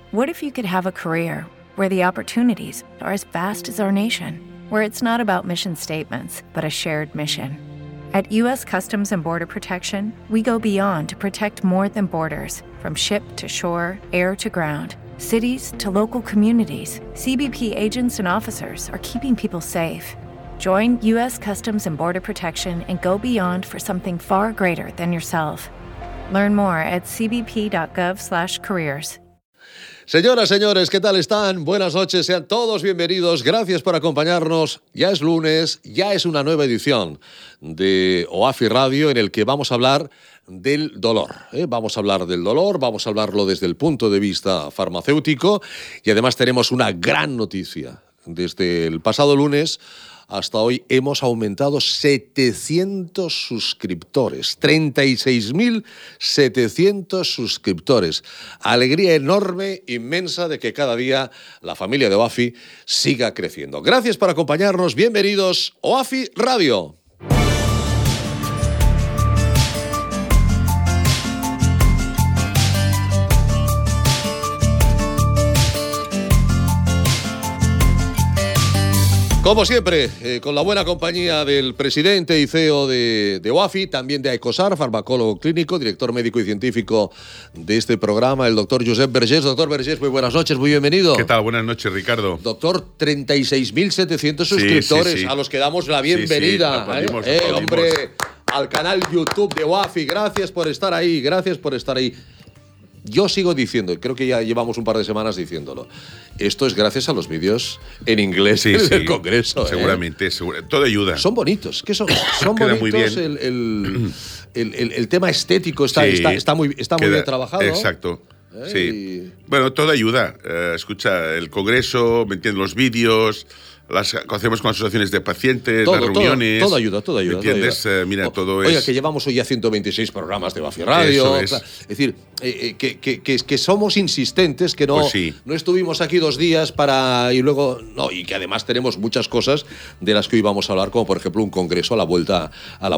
What if you could have a career where the opportunities are as vast as our nation, where it's not about mission statements, but a shared mission? At U.S. Customs and Border Protection, we go beyond to protect more than borders, from ship to shore, air to ground, cities to local communities. CBP agents and officers are keeping people safe. Join U.S. Customs and Border Protection and go beyond for something far greater than yourself. Learn more at cbp.gov/careers. Señoras, señores, ¿qué tal están? Buenas noches, sean todos bienvenidos. Gracias por acompañarnos. Ya es lunes, ya es una nueva edición de OAFI Radio en el que vamos a hablar del dolor. Vamos a hablar del dolor, vamos a hablarlo desde el punto de vista farmacéutico y además tenemos una gran noticia. Desde el pasado lunes hasta hoy hemos aumentado 700 suscriptores, 36.700 suscriptores. Alegría enorme, inmensa de que cada día la familia de OAFI siga creciendo. Gracias por acompañarnos, bienvenidos OAFI Radio. Como siempre, con la buena compañía del presidente y CEO de OAFI, también de AECOSAR, farmacólogo clínico, director médico y científico de este programa, el doctor Josep Vergés. Doctor Vergés, muy buenas noches, muy bienvenido. ¿Qué tal? Buenas noches, Ricardo. Doctor, 36.700 suscriptores, sí. A los que damos la bienvenida. Aplaudimos. Hombre, al canal YouTube de OAFI, gracias por estar ahí, gracias por estar ahí. Yo sigo diciendo, y creo que ya llevamos un par de semanas diciéndolo, esto es gracias a los vídeos en inglés del Congreso. Seguramente, todo ayuda. Son bonitos, ¿qué son? Son bonitos, muy bien. El tema estético está muy bien trabajado. Exacto. Sí. Bueno, todo ayuda. Escucha, el Congreso, ¿me entiendes? Los vídeos, las hacemos con asociaciones de pacientes, las reuniones. Todo ayuda. ¿Me entiendes? Mira, todo Oiga, es... que llevamos hoy ya 126 programas de OAFI Radio. Eso es. Es decir, que somos insistentes, que no, pues sí. No estuvimos aquí 2 días para... Y luego... No, y que además tenemos muchas cosas de las que hoy vamos a hablar, como por ejemplo un congreso a la vuelta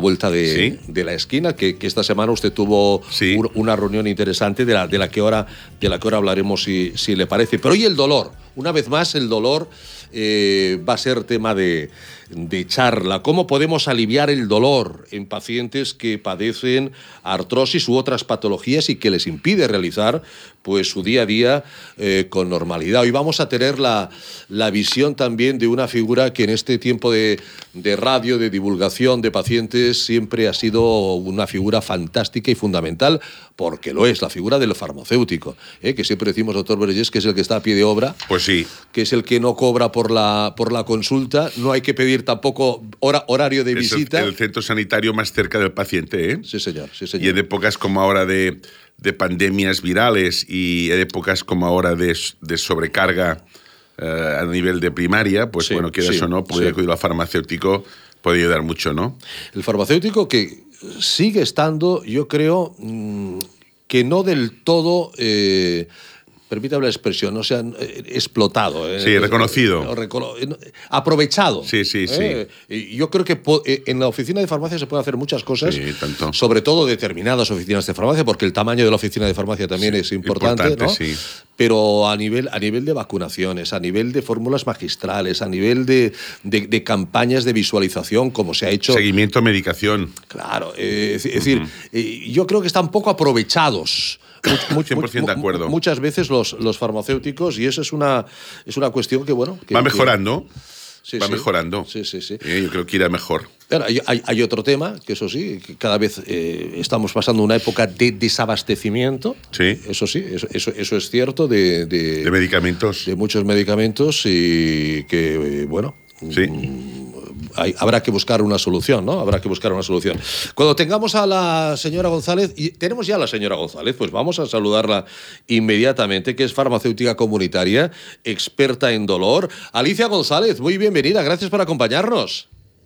de la esquina, que esta semana usted tuvo una reunión interesante de la que ahora hablaremos si le parece. Pero hoy el dolor, una vez más el dolor va a ser tema de charla. ¿Cómo podemos aliviar el dolor en pacientes que padecen artrosis u otras patologías y que les impide realizar pues su día a día con normalidad? Hoy vamos a tener la visión también de una figura que en este tiempo de radio, de divulgación de pacientes, siempre ha sido una figura fantástica y fundamental, porque lo es, la figura del farmacéutico, que siempre decimos, doctor Vergés, que es el que está a pie de obra, pues sí, que es el que no cobra por la consulta, no hay que pedir tampoco horario de visita. Es el centro sanitario más cerca del paciente, ¿eh? Sí, señor. Y en épocas como ahora de pandemias virales y en épocas como ahora de sobrecarga a nivel de primaria, pues bueno, quieras o no, poder acudir al farmacéutico puede ayudar mucho, ¿no? El farmacéutico que sigue estando, yo creo, que no del todo... permítame la expresión, no sea explotado. Sí, reconocido. Aprovechado. Sí. Yo creo que en la oficina de farmacia se puede hacer muchas cosas, tanto. Sobre todo determinadas oficinas de farmacia, porque el tamaño de la oficina de farmacia también es importante, ¿no? Sí. Pero a nivel de vacunaciones, a nivel de fórmulas magistrales, a nivel de campañas de visualización, como se ha hecho... Seguimiento, medicación. Claro, es decir, yo creo que están poco aprovechados. 100% de acuerdo. Muchas veces los farmacéuticos, y eso es una cuestión que, bueno... Va mejorando. Va mejorando. Sí. Yo creo que irá mejor. Pero hay otro tema, que eso sí, que cada vez estamos pasando una época de desabastecimiento. Sí. Eso sí, eso es cierto. De medicamentos. De muchos medicamentos y que, bueno... Sí. Habrá que buscar una solución, ¿no? Cuando tengamos a la señora González, y tenemos ya a la señora González, pues vamos a saludarla inmediatamente, que es farmacéutica comunitaria, experta en dolor. Alicia González, muy bienvenida, gracias por acompañarnos.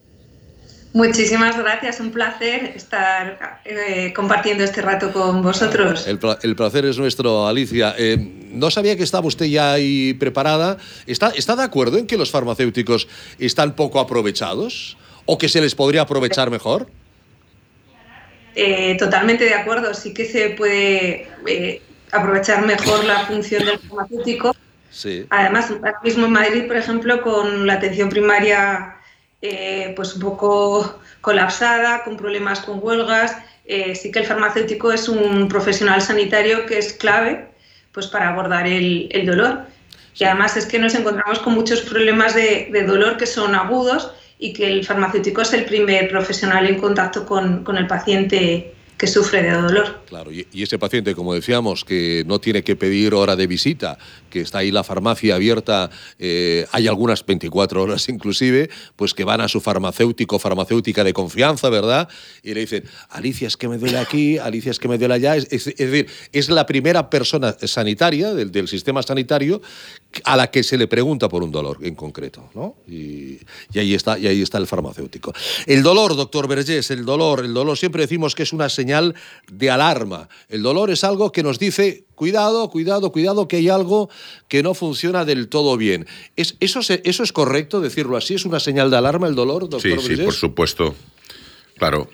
Muchísimas gracias, un placer estar compartiendo este rato con vosotros. El placer es nuestro, Alicia. No sabía que estaba usted ya ahí preparada. ¿Está de acuerdo en que los farmacéuticos están poco aprovechados o que se les podría aprovechar mejor? Totalmente de acuerdo. Sí que se puede aprovechar mejor la función del farmacéutico. Sí. Además, ahora mismo en Madrid, por ejemplo, con la atención primaria pues un poco colapsada, con problemas con huelgas, sí que el farmacéutico es un profesional sanitario que es clave pues, para abordar el dolor. Y además es que nos encontramos con muchos problemas de dolor que son agudos y que el farmacéutico es el primer profesional en contacto con el paciente que sufre de dolor. Claro, y ese paciente, como decíamos, que no tiene que pedir hora de visita, que está ahí la farmacia abierta, hay algunas 24 horas inclusive, pues que van a su farmacéutica de confianza, ¿verdad? Y le dicen, Alicia, es que me duele aquí, Alicia, es que me duele allá. Es decir, es la primera persona sanitaria del sistema sanitario a la que se le pregunta por un dolor en concreto, ¿no? Y ahí está el farmacéutico. El dolor, doctor Vergés, el dolor siempre decimos que es una señal de alarma. El dolor es algo que nos dice, cuidado, que hay algo que no funciona del todo bien. ¿Eso es correcto decirlo así? ¿Es una señal de alarma el dolor, doctor Vergés? Sí, por supuesto. Claro,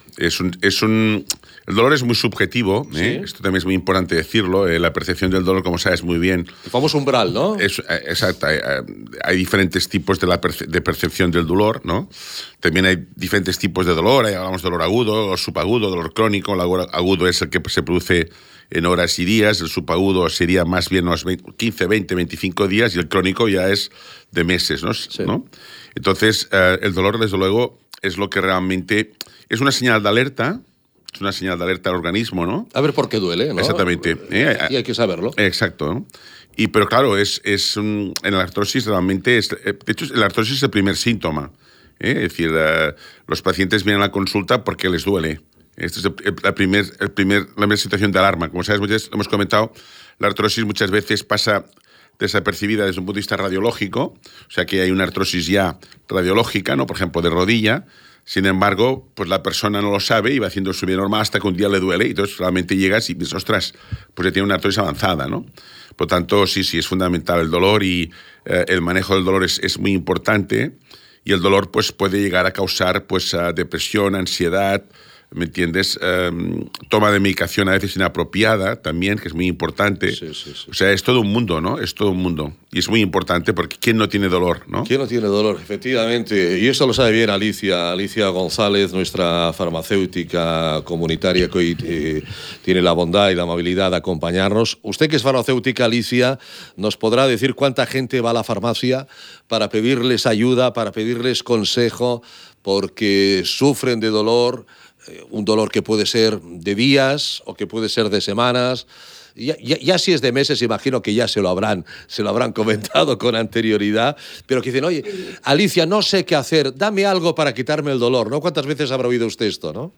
el dolor es muy subjetivo, ¿eh? Sí. Esto también es muy importante decirlo. La percepción del dolor, como sabes muy bien... El famoso umbral, ¿no? Exacto. Hay diferentes tipos de percepción del dolor, ¿no? También hay diferentes tipos de dolor. Hablamos de dolor agudo, dolor subagudo, dolor crónico. El agudo es el que se produce en horas y días. El subagudo sería más bien unos 15, 20, 25 días y el crónico ya es de meses, ¿no? Sí. ¿No? Entonces, el dolor, desde luego, es lo que realmente... Es una señal de alerta. Es una señal de alerta al organismo, ¿no? A ver por qué duele, ¿no? Exactamente. Y hay que saberlo. Exacto, ¿no? Pero claro, en la artrosis realmente... de hecho, la artrosis es el primer síntoma. Es decir, los pacientes vienen a la consulta porque les duele. Esta es la primera situación de alarma. Como sabes, muchas veces hemos comentado, la artrosis muchas veces pasa desapercibida desde un punto de vista radiológico. O sea, que hay una artrosis ya radiológica, ¿no? Por ejemplo, de rodilla. Sin embargo, pues la persona no lo sabe y va haciendo su vida normal hasta que un día le duele y entonces realmente llegas y piensas, ostras, pues ya tiene una artrosis avanzada, ¿no? Por tanto, sí, es fundamental el dolor y el manejo del dolor es muy importante y el dolor pues puede llegar a causar pues depresión, ansiedad, ¿me entiendes? Toma de medicación a veces inapropiada también, que es muy importante. Sí. O sea, es todo un mundo, ¿no? Es todo un mundo. Y es muy importante porque ¿quién no tiene dolor, no? ¿Quién no tiene dolor? Efectivamente. Y eso lo sabe bien Alicia González, nuestra farmacéutica comunitaria que hoy tiene la bondad y la amabilidad de acompañarnos. Usted, que es farmacéutica, Alicia, nos podrá decir cuánta gente va a la farmacia para pedirles ayuda, para pedirles consejo, porque sufren de dolor. Un dolor que puede ser de días o que puede ser de semanas. Ya si es de meses, imagino que ya se lo habrán comentado con anterioridad, pero que dicen, oye, Alicia, no sé qué hacer, dame algo para quitarme el dolor, ¿no? ¿Cuántas veces habrá oído usted esto, no?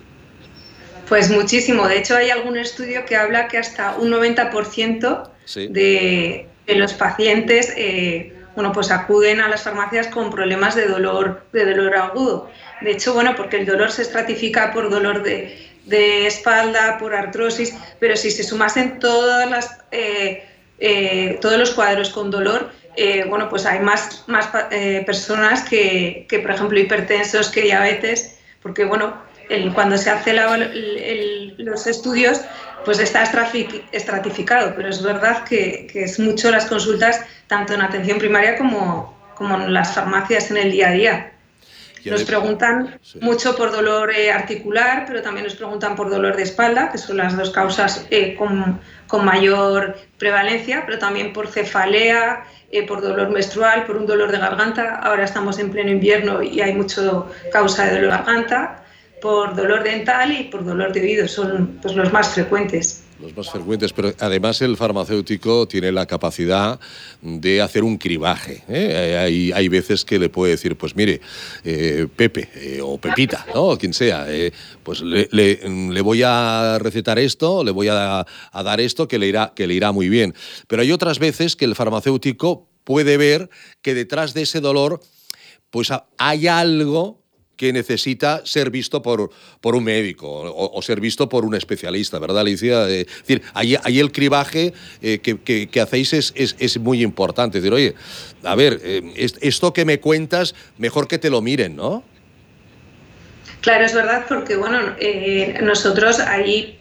Pues muchísimo. De hecho, hay algún estudio que habla que hasta un 90% sí. de los pacientes pues acuden a las farmacias con problemas de dolor agudo. De hecho, porque el dolor se estratifica por dolor de espalda, por artrosis, pero si se sumasen todos los cuadros con dolor, pues hay más personas que, por ejemplo, hipertensos, que diabetes, porque, cuando se hacen los estudios, pues está estratificado, pero es verdad que es mucho las consultas, tanto en atención primaria como en las farmacias en el día a día. Nos preguntan mucho por dolor articular, pero también nos preguntan por dolor de espalda, que son las dos causas con mayor prevalencia, pero también por cefalea, por dolor menstrual, por un dolor de garganta. Ahora estamos en pleno invierno y hay mucho causa de dolor de garganta, por dolor dental y por dolor de oído, son pues los más frecuentes. Los más frecuentes, pero además el farmacéutico tiene la capacidad de hacer un cribaje, ¿eh? Hay veces que le puede decir, pues mire, Pepe o Pepita, ¿no? Quien sea, pues le voy a recetar esto, le voy a dar esto que le irá muy bien. Pero hay otras veces que el farmacéutico puede ver que detrás de ese dolor pues hay algo que necesita ser visto por un médico o ser visto por un especialista, ¿verdad, Alicia? Es decir, ahí el cribaje que hacéis es muy importante. Es decir, oye, a ver, esto que me cuentas, mejor que te lo miren, ¿no? Claro, es verdad, porque nosotros ahí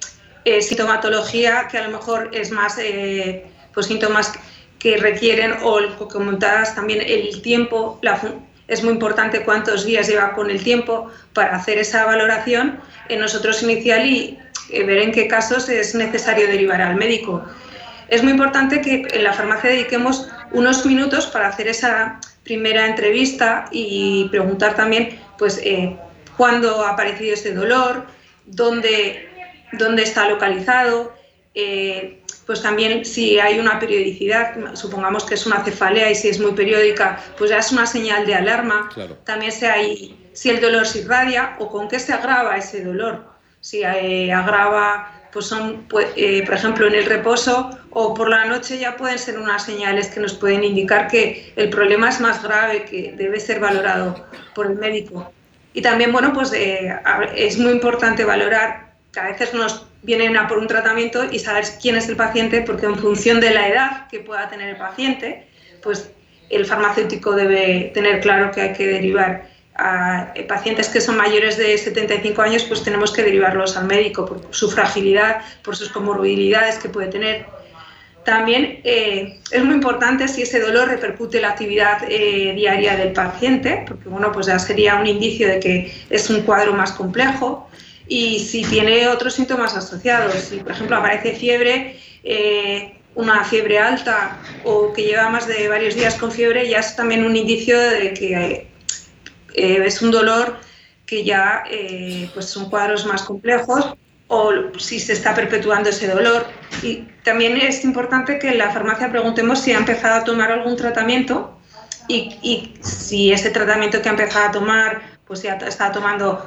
sintomatología que a lo mejor es más, pues síntomas que requieren, o como comentabas también, el tiempo, es muy importante cuántos días lleva con el tiempo para hacer esa valoración, nosotros inicial y ver en qué casos es necesario derivar al médico. Es muy importante que en la farmacia dediquemos unos minutos para hacer esa primera entrevista y preguntar también pues, cuándo ha aparecido ese dolor, dónde está localizado, pues también si hay una periodicidad, supongamos que es una cefalea y si es muy periódica, pues ya es una señal de alarma. Claro. También si el dolor se irradia o con qué se agrava ese dolor. Si agrava, pues por ejemplo, en el reposo o por la noche ya pueden ser unas señales que nos pueden indicar que el problema es más grave, que debe ser valorado por el médico. Y también, bueno, pues es muy importante valorar, que a veces nos vienen a por un tratamiento y saber quién es el paciente, porque en función de la edad que pueda tener el paciente, pues el farmacéutico debe tener claro que hay que derivar a pacientes que son mayores de 75 años, pues tenemos que derivarlos al médico por su fragilidad, por sus comorbilidades que puede tener. También es muy importante si ese dolor repercute en la actividad diaria del paciente, porque bueno, pues ya sería un indicio de que es un cuadro más complejo. Y si tiene otros síntomas asociados, si por ejemplo aparece fiebre, una fiebre alta o que lleva más de varios días con fiebre, ya es también un indicio de que es un dolor que ya pues son cuadros más complejos, o si se está perpetuando ese dolor. Y también es importante que en la farmacia preguntemos si ha empezado a tomar algún tratamiento y si ese tratamiento que ha empezado a tomar, pues ya está tomando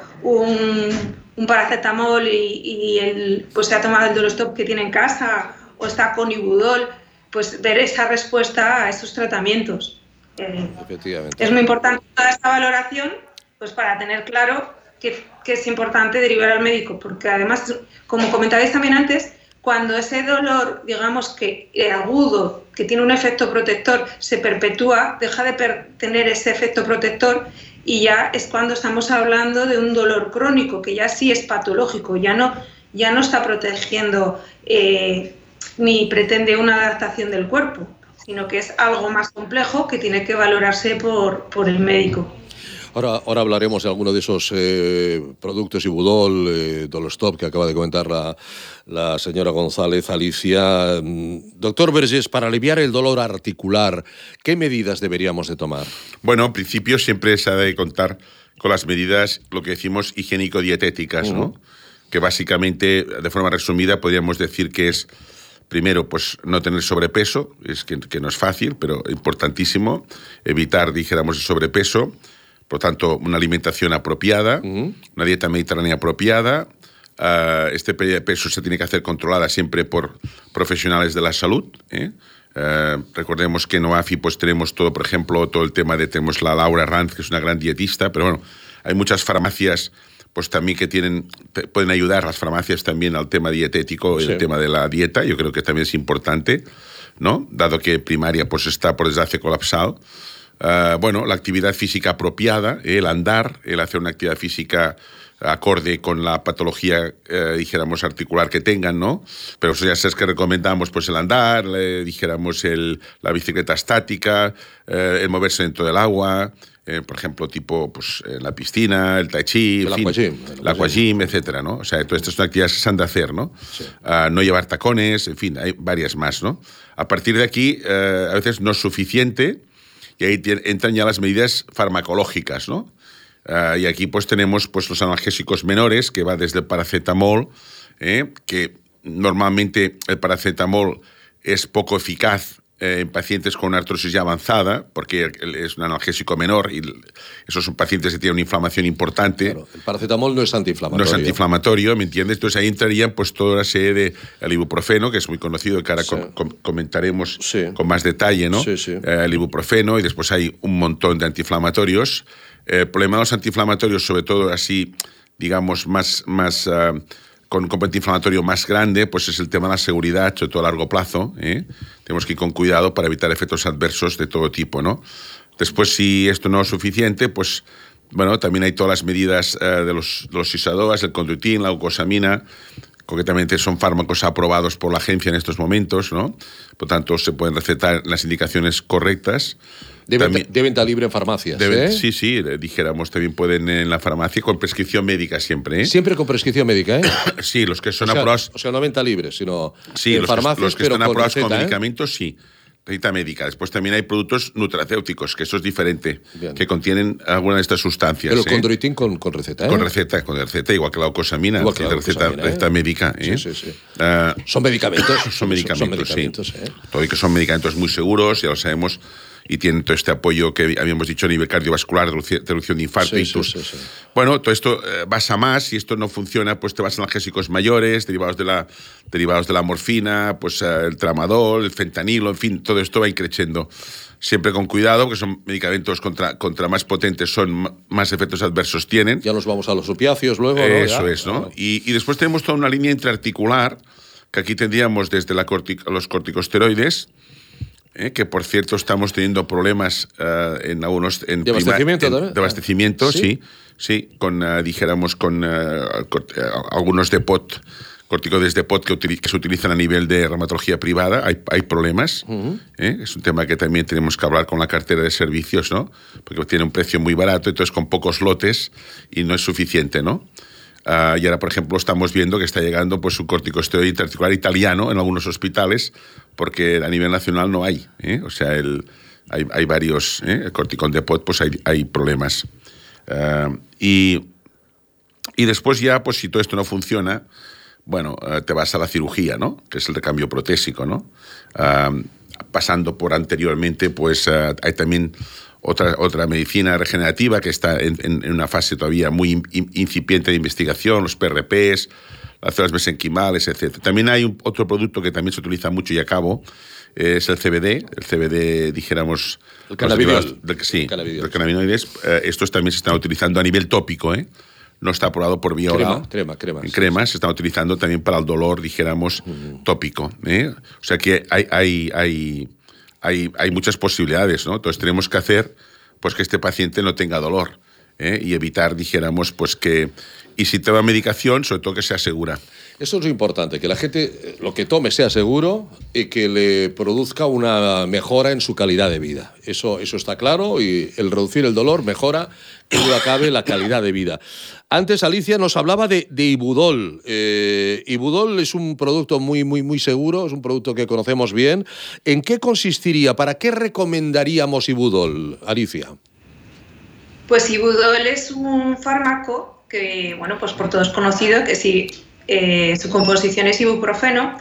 un paracetamol y pues se ha tomado el Dolostop que tiene en casa o está con Ibudol, pues ver esa respuesta a esos tratamientos. Efectivamente. Es muy importante toda esta valoración, pues para tener claro que es importante derivar al médico, porque además, como comentabais también antes, cuando ese dolor, digamos que agudo, que tiene un efecto protector, se perpetúa, deja de tener ese efecto protector y ya es cuando estamos hablando de un dolor crónico, que ya sí es patológico, ya no está protegiendo ni pretende una adaptación del cuerpo, sino que es algo más complejo que tiene que valorarse por el médico. Ahora hablaremos de alguno de esos productos Ibudol, Dolostop, que acaba de comentar la señora González, Alicia. Doctor Vergés, para aliviar el dolor articular, ¿qué medidas deberíamos de tomar? Bueno, en principio siempre se ha de contar con las medidas, lo que decimos, higiénico-dietéticas, ¿no? Que básicamente, de forma resumida, podríamos decir que es, primero, pues no tener sobrepeso, es que no es fácil, pero importantísimo, evitar, dijéramos, el sobrepeso. Por tanto, una alimentación apropiada, una dieta mediterránea apropiada. Este pérdida de peso se tiene que hacer controlada siempre por profesionales de la salud. Recordemos que en OAFI pues tenemos todo, por ejemplo, todo el tema tenemos la Laura Ranz, que es una gran dietista, pero bueno, hay muchas farmacias pues también que pueden ayudar las farmacias también al tema dietético, sí. El tema de la dieta, yo creo que también es importante, ¿no? Dado que primaria pues está por desgracia colapsado. Bueno, la actividad física apropiada, el andar, el hacer una actividad física acorde con la patología, dijéramos, articular que tengan, ¿no? Pero ya sabes que recomendamos pues el andar, dijéramos la bicicleta estática, el moverse dentro del agua, por ejemplo, tipo pues la piscina, el tai chi, el aquagym, etcétera, ¿no? O sea, todas estas son actividades que se han de hacer, ¿no? Sí. No llevar tacones, en fin, hay varias más, ¿no? A partir de aquí, a veces no es suficiente. Y ahí entran ya las medidas farmacológicas, ¿no? Y aquí pues tenemos pues, los analgésicos menores, que va desde el paracetamol, que normalmente el paracetamol es poco eficaz en pacientes con una artrosis ya avanzada, porque es un analgésico menor y esos son pacientes que tienen una inflamación importante. Claro, el paracetamol no es antiinflamatorio. No es antiinflamatorio, ¿me entiendes? Entonces ahí entrarían pues toda la serie de el ibuprofeno, que es muy conocido, que ahora sí. Comentaremos con más detalle, ¿no? Sí, sí. El ibuprofeno, y después hay un montón de antiinflamatorios. El problema de los antiinflamatorios, sobre todo así, digamos, con un componente inflamatorio más grande, pues es el tema de la seguridad, sobre todo a largo plazo. Tenemos que ir con cuidado para evitar efectos adversos de todo tipo, ¿no? Después, si esto no es suficiente, pues, bueno, también hay todas las medidas de los ISADOAs, el Conduitin, la glucosamina, concretamente son fármacos aprobados por la agencia en estos momentos, ¿no? Por tanto, se pueden recetar las indicaciones correctas. De venta libre en farmacias. Sí, dijéramos, también pueden en la farmacia con prescripción médica siempre. Siempre con prescripción médica, ¿eh? Sí, los que son aprobados. O sea, no venta libre, sino en farmacias, los que están aprobados con medicamentos, sí. Receta médica. Después también hay productos nutracéuticos, que eso es diferente, que contienen alguna de estas sustancias. Pero el Condroitin con receta, ¿eh? Con receta, igual que la glucosamina, receta médica. Sí. Son medicamentos. Son medicamentos, sí. Todo y que son medicamentos muy seguros, ya lo sabemos, y tienen todo este apoyo que habíamos dicho a nivel cardiovascular, reducción de infarto, ictus. Sí. Bueno, todo esto vas a más. Si esto no funciona, pues te vas a analgésicos mayores, derivados de la morfina, pues el tramadol, el fentanilo, en fin, todo esto va increciendo. Siempre con cuidado, porque son medicamentos contra más potentes son, más efectos adversos tienen. Ya nos vamos a los opiáceos luego, ¿no? Eso es, ¿no? Y después tenemos toda una línea intraarticular, que aquí tendríamos desde los corticosteroides, que por cierto estamos teniendo problemas en algunos... ¿De abastecimiento también? De abastecimiento, sí, con algunos depot, corticoides depot que se utilizan a nivel de reumatología privada, hay problemas. Es un tema que también tenemos que hablar con la cartera de servicios, ¿no? Porque tiene un precio muy barato, entonces con pocos lotes y no es suficiente, ¿no? Y ahora, por ejemplo, estamos viendo que está llegando pues un corticosteroide intraarticular italiano en algunos hospitales, porque a nivel nacional no hay. O sea, hay varios, el corticón depot, pues hay problemas. Y después ya, pues si todo esto no funciona, bueno, te vas a la cirugía, ¿no? Que es el recambio protésico, ¿no? Pasando por anteriormente, pues hay también otra medicina regenerativa que está en una fase todavía muy incipiente de investigación, los PRPs, las células mesenquimales, etc. También hay otro producto que también se utiliza mucho y acabo, es el CBD. El CBD, dijéramos... El cannabidiol. Del cannabinoides. Estos también se están utilizando a nivel tópico, No está aprobado por vía oral. Crema. En crema se están utilizando también para el dolor, dijéramos, tópico. O sea que hay muchas posibilidades, ¿no? Entonces tenemos que hacer pues que este paciente no tenga dolor y evitar, dijéramos, pues que... Y si toma medicación, sobre todo que sea segura. Eso es lo importante, que la gente lo que tome sea seguro y que le produzca una mejora en su calidad de vida. Eso está claro, y el reducir el dolor mejora, que no acabe, la calidad de vida. Antes Alicia nos hablaba de Ibudol. Ibudol es un producto muy, muy, muy seguro, es un producto que conocemos bien. ¿En qué consistiría? ¿Para qué recomendaríamos Ibudol, Alicia? Pues Ibudol es un fármaco que, bueno, pues por todos conocido, que sí, su composición es ibuprofeno,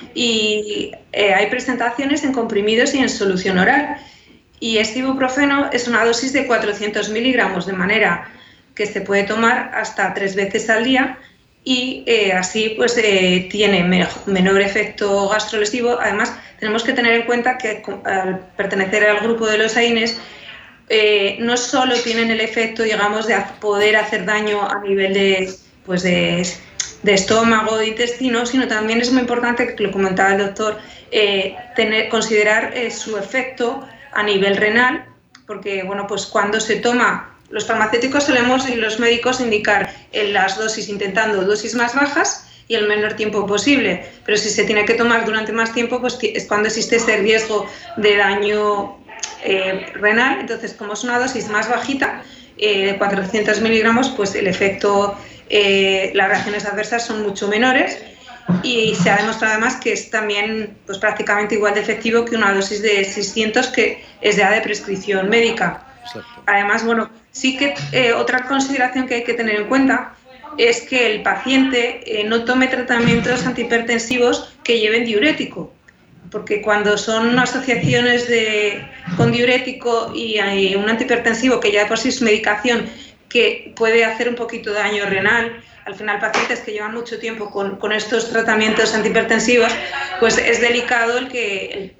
y hay presentaciones en comprimidos y en solución oral. Y este ibuprofeno es una dosis de 400 miligramos, de manera que se puede tomar hasta 3 veces al día, y así pues tiene menor efecto gastrolesivo. Además, tenemos que tener en cuenta que al pertenecer al grupo de los AINES, no solo tienen el efecto, digamos, de poder hacer daño a nivel de estómago, de intestino, sino también es muy importante, que lo comentaba el doctor, considerar su efecto a nivel renal, porque bueno, pues cuando se toma, los farmacéuticos solemos y los médicos indicar en las dosis, intentando dosis más bajas y el menor tiempo posible, pero si se tiene que tomar durante más tiempo, pues es cuando existe ese riesgo de daño renal. Entonces, como es una dosis más bajita, de 400 miligramos, pues el efecto, las reacciones adversas son mucho menores, y se ha demostrado además que es también pues prácticamente igual de efectivo que una dosis de 600, que es ya de prescripción médica. Exacto. Además, bueno, sí que otra consideración que hay que tener en cuenta es que el paciente no tome tratamientos antihipertensivos que lleven diurético, porque cuando son asociaciones con diurético y hay un antihipertensivo que ya de por sí es medicación que puede hacer un poquito de daño renal, al final pacientes que llevan mucho tiempo con estos tratamientos antihipertensivos, pues es delicado el que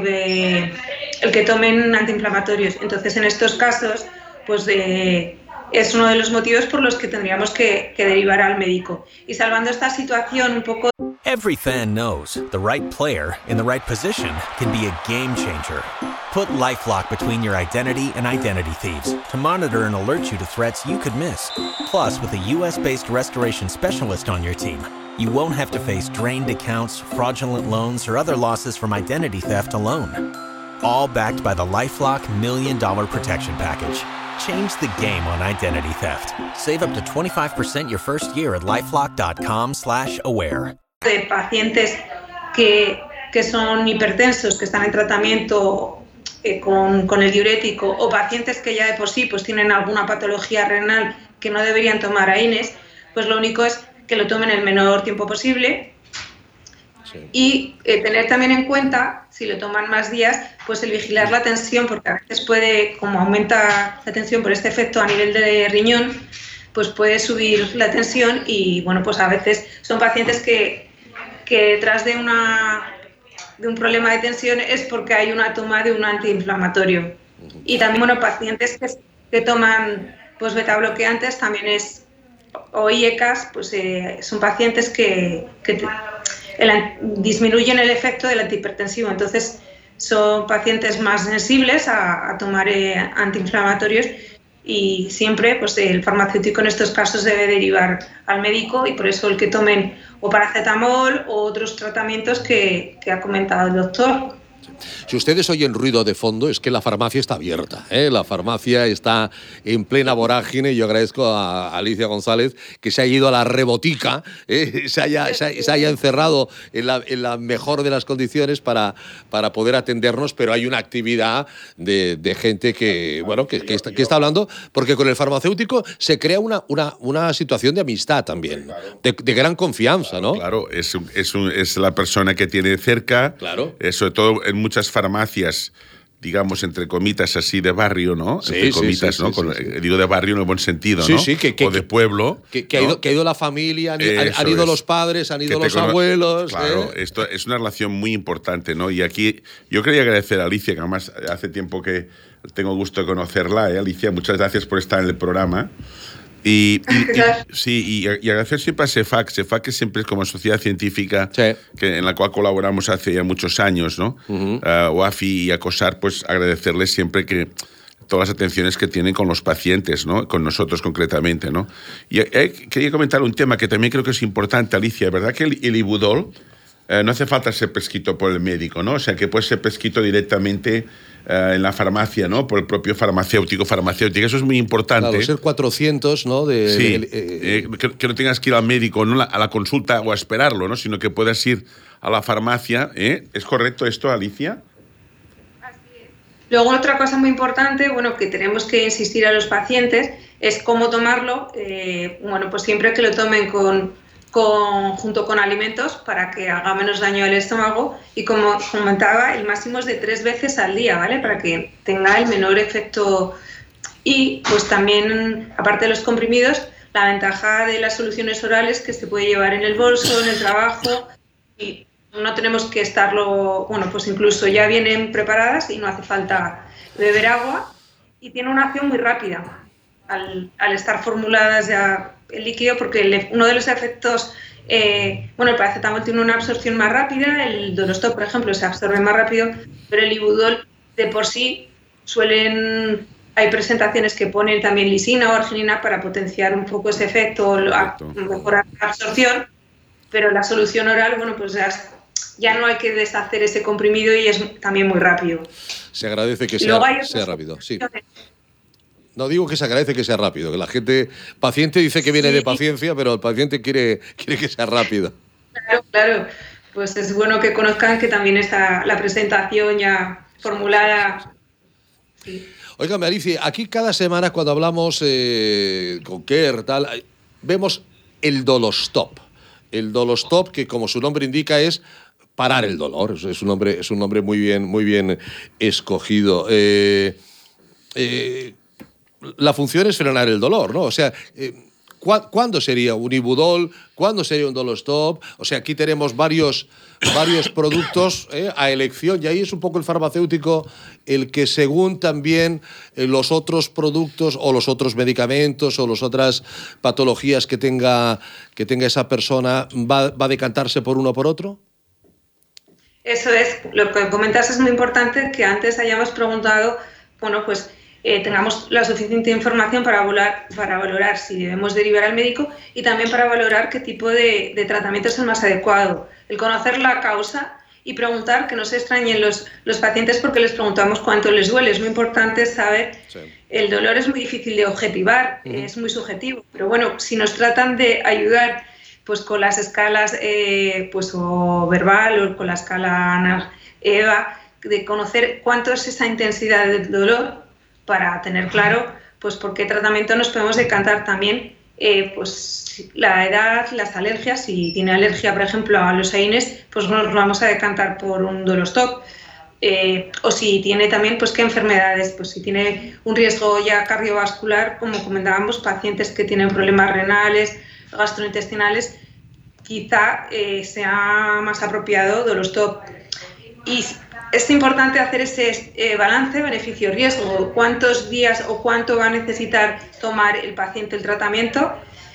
tomen antiinflamatorios. Entonces, en estos casos, pues es uno de los motivos por los que tendríamos que derivar al médico. Y salvando esta situación un poco... Every fan knows the right player in the right position can be a game changer. Put LifeLock between your identity and identity thieves to monitor and alert you to threats you could miss. Plus, with a US-based restoration specialist on your team, you won't have to face drained accounts, fraudulent loans, or other losses from identity theft alone. All backed by the LifeLock $1 Million Protection Package. Change the game on identity theft. Save up to 25% your first year at LifeLock.com/aware. De pacientes que son hipertensos, que están en tratamiento con el diurético, o pacientes que ya de por sí pues tienen alguna patología renal que no deberían tomar AINES, pues lo único es que lo tomen el menor tiempo posible. Sí. Y tener también en cuenta, si lo toman más días, pues el vigilar la tensión, porque a veces puede, como aumenta la tensión por este efecto a nivel de riñón, pues puede subir la tensión y bueno, pues a veces son pacientes que detrás de un problema de tensión es porque hay una toma de un antiinflamatorio. Y también, bueno, pacientes que toman pues betabloqueantes también o IECAS, pues son pacientes que disminuyen el efecto del antihipertensivo. Entonces, son pacientes más sensibles a tomar antiinflamatorios y siempre pues el farmacéutico en estos casos debe derivar al médico y por eso el que tomen o paracetamol o otros tratamientos que ha comentado el doctor. Si ustedes oyen ruido de fondo, es que la farmacia está abierta, ¿eh? La farmacia está en plena vorágine. Yo agradezco a Alicia González que se haya ido a la rebotica, se haya encerrado en la mejor de las condiciones para poder atendernos, pero hay una actividad de gente que está hablando, porque con el farmacéutico se crea una situación de amistad también, de gran confianza, ¿no? Claro, es la persona que tiene cerca, claro. Sobre todo en muchas farmacias, digamos, entre comitas así de barrio, ¿no? Sí, entre comitas, sí, ¿no? Sí. Digo de barrio en el buen sentido, sí, ¿no? Sí, o de pueblo. Que ha ido la familia, han ido los padres, han ido los abuelos. Claro, esto es una relación muy importante, ¿no? Y aquí yo quería agradecer a Alicia, que además hace tiempo que tengo gusto de conocerla, Alicia, muchas gracias por estar en el programa. Y agradecer siempre a CEFAC. CEFAC siempre es como sociedad científica en la cual colaboramos hace ya muchos años, ¿no? OAFI y ACOSAR, pues agradecerles siempre que todas las atenciones que tienen con los pacientes, ¿no? Con nosotros concretamente, ¿no? Y quería comentar un tema que también creo que es importante, Alicia, ¿verdad? Que el Ibudol no hace falta ser prescrito por el médico, ¿no? O sea, que puede ser prescrito directamente en la farmacia, ¿no? Por el propio farmacéutico. Eso es muy importante. Claro, ser 400, ¿no? Que no tengas que ir al médico, no a la consulta o a esperarlo, ¿no? Sino que puedas ir a la farmacia. ¿Es correcto esto, Alicia? Así es. Luego, otra cosa muy importante, bueno, que tenemos que insistir a los pacientes es cómo tomarlo. Bueno, pues siempre que lo tomen junto con alimentos para que haga menos daño al estómago y, como comentaba, el máximo es de 3 veces al día, ¿vale? Para que tenga el menor efecto. Y pues también, aparte de los comprimidos, la ventaja de las soluciones orales que se puede llevar en el bolso, en el trabajo, y no tenemos que estarlo, bueno, pues incluso ya vienen preparadas y no hace falta beber agua, y tiene una acción muy rápida al estar formuladas ya el líquido, porque uno de los efectos, el paracetamol tiene una absorción más rápida, el Dolostop, por ejemplo, se absorbe más rápido, pero el Ibudol de por sí hay presentaciones que ponen también lisina o arginina para potenciar un poco ese efecto, mejorar la absorción, pero la solución oral, bueno, pues ya no hay que deshacer ese comprimido y es también muy rápido. Se agradece que sea rápido, sí. No digo que se agradece que sea rápido, que la gente paciente dice que viene de paciencia, pero el paciente quiere que sea rápido. Claro. Pues es bueno que conozcan que también está la presentación ya formulada. Sí. Óigame, Alicia, aquí cada semana cuando hablamos con Kerr, vemos el Dolostop. El Dolostop, que como su nombre indica es parar el dolor. Es un nombre muy bien escogido. La función es frenar el dolor, ¿no? O sea, ¿cuándo sería un Ibudol? ¿Cuándo sería un Dolostop? O sea, aquí tenemos varios productos a elección, y ahí es un poco el farmacéutico el que, según también los otros productos o los otros medicamentos o las otras patologías que tenga esa persona, ¿va a decantarse por uno o por otro? Eso es, lo que comentas es muy importante, que antes hayamos preguntado, bueno, pues tengamos la suficiente información para valorar si debemos derivar al médico y también para valorar qué tipo de tratamiento es el más adecuado. El conocer la causa y preguntar, que no se extrañen los pacientes porque les preguntamos cuánto les duele. Es muy importante saber, el dolor es muy difícil de objetivar, es muy subjetivo, pero bueno, si nos tratan de ayudar pues con las escalas pues o verbal o con la escala EVA, de conocer cuánto es esa intensidad del dolor, para tener claro pues por qué tratamiento nos podemos decantar también, pues la edad, las alergias. Si tiene alergia, por ejemplo, a los AINES, pues nos vamos a decantar por un Dolostop. O si tiene también, pues qué enfermedades, pues si tiene un riesgo ya cardiovascular, como comentábamos, pacientes que tienen problemas renales, gastrointestinales, quizá sea más apropiado Dolostop. Y es importante hacer ese balance beneficio-riesgo, cuántos días o cuánto va a necesitar tomar el paciente el tratamiento,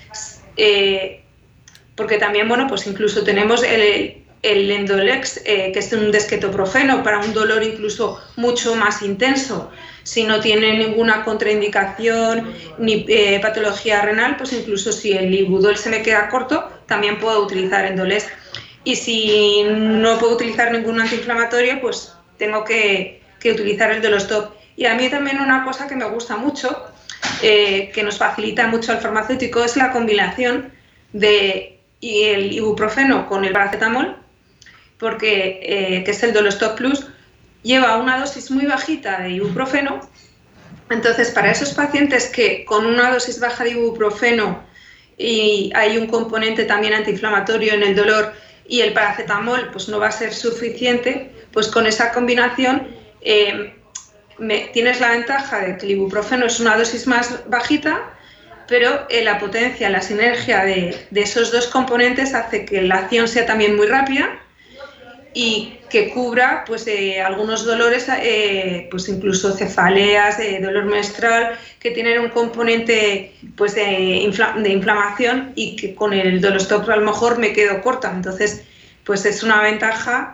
porque también, bueno, pues incluso tenemos el Endolex, que es un desquetoprofeno para un dolor incluso mucho más intenso. Si no tiene ninguna contraindicación ni patología renal, pues incluso si el Ibudol se me queda corto, también puedo utilizar Endolex. Y si no puedo utilizar ningún antiinflamatorio, pues tengo que utilizar el Dolostop. Y a mí también una cosa que me gusta mucho, que nos facilita mucho al farmacéutico, es la combinación de el ibuprofeno con el paracetamol, porque que es el Dolostop Plus, lleva una dosis muy bajita de ibuprofeno. Entonces, para esos pacientes que con una dosis baja de ibuprofeno y hay un componente también antiinflamatorio en el dolor y el paracetamol pues no va a ser suficiente, pues con esa combinación tienes la ventaja de que el ibuprofeno es una dosis más bajita, pero la potencia, la sinergia de esos dos componentes hace que la acción sea también muy rápida y que cubra pues algunos dolores, pues incluso cefaleas, dolor menstrual, que tienen un componente pues de inflamación y que con el Dolostop a lo mejor me quedo corta. Entonces, pues es una ventaja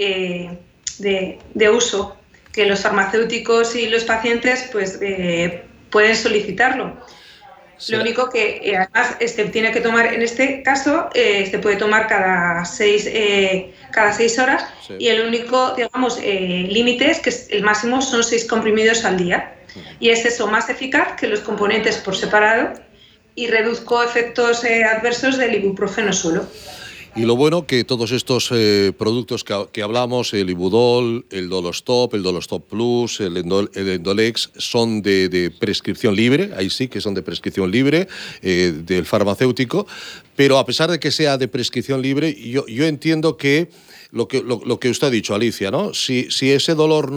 de uso que los farmacéuticos y los pacientes pues pueden solicitarlo. Sí. Lo único que además tiene que tomar, en este caso, se puede tomar cada 6 horas, sí. Y el único, digamos, límite es que el máximo son 6 comprimidos al día. Y es eso, más eficaz que los componentes por separado y reduzco efectos adversos del ibuprofeno solo. Y lo bueno que todos estos productos que hablamos, el Ibudol, el Dolostop, el Dolostop Plus, el Endolex, son de prescripción libre, ahí sí que son de prescripción libre del farmacéutico, pero a pesar de que sea de prescripción libre, yo entiendo que lo que usted ha dicho, Alicia, ¿no? Si ese dolor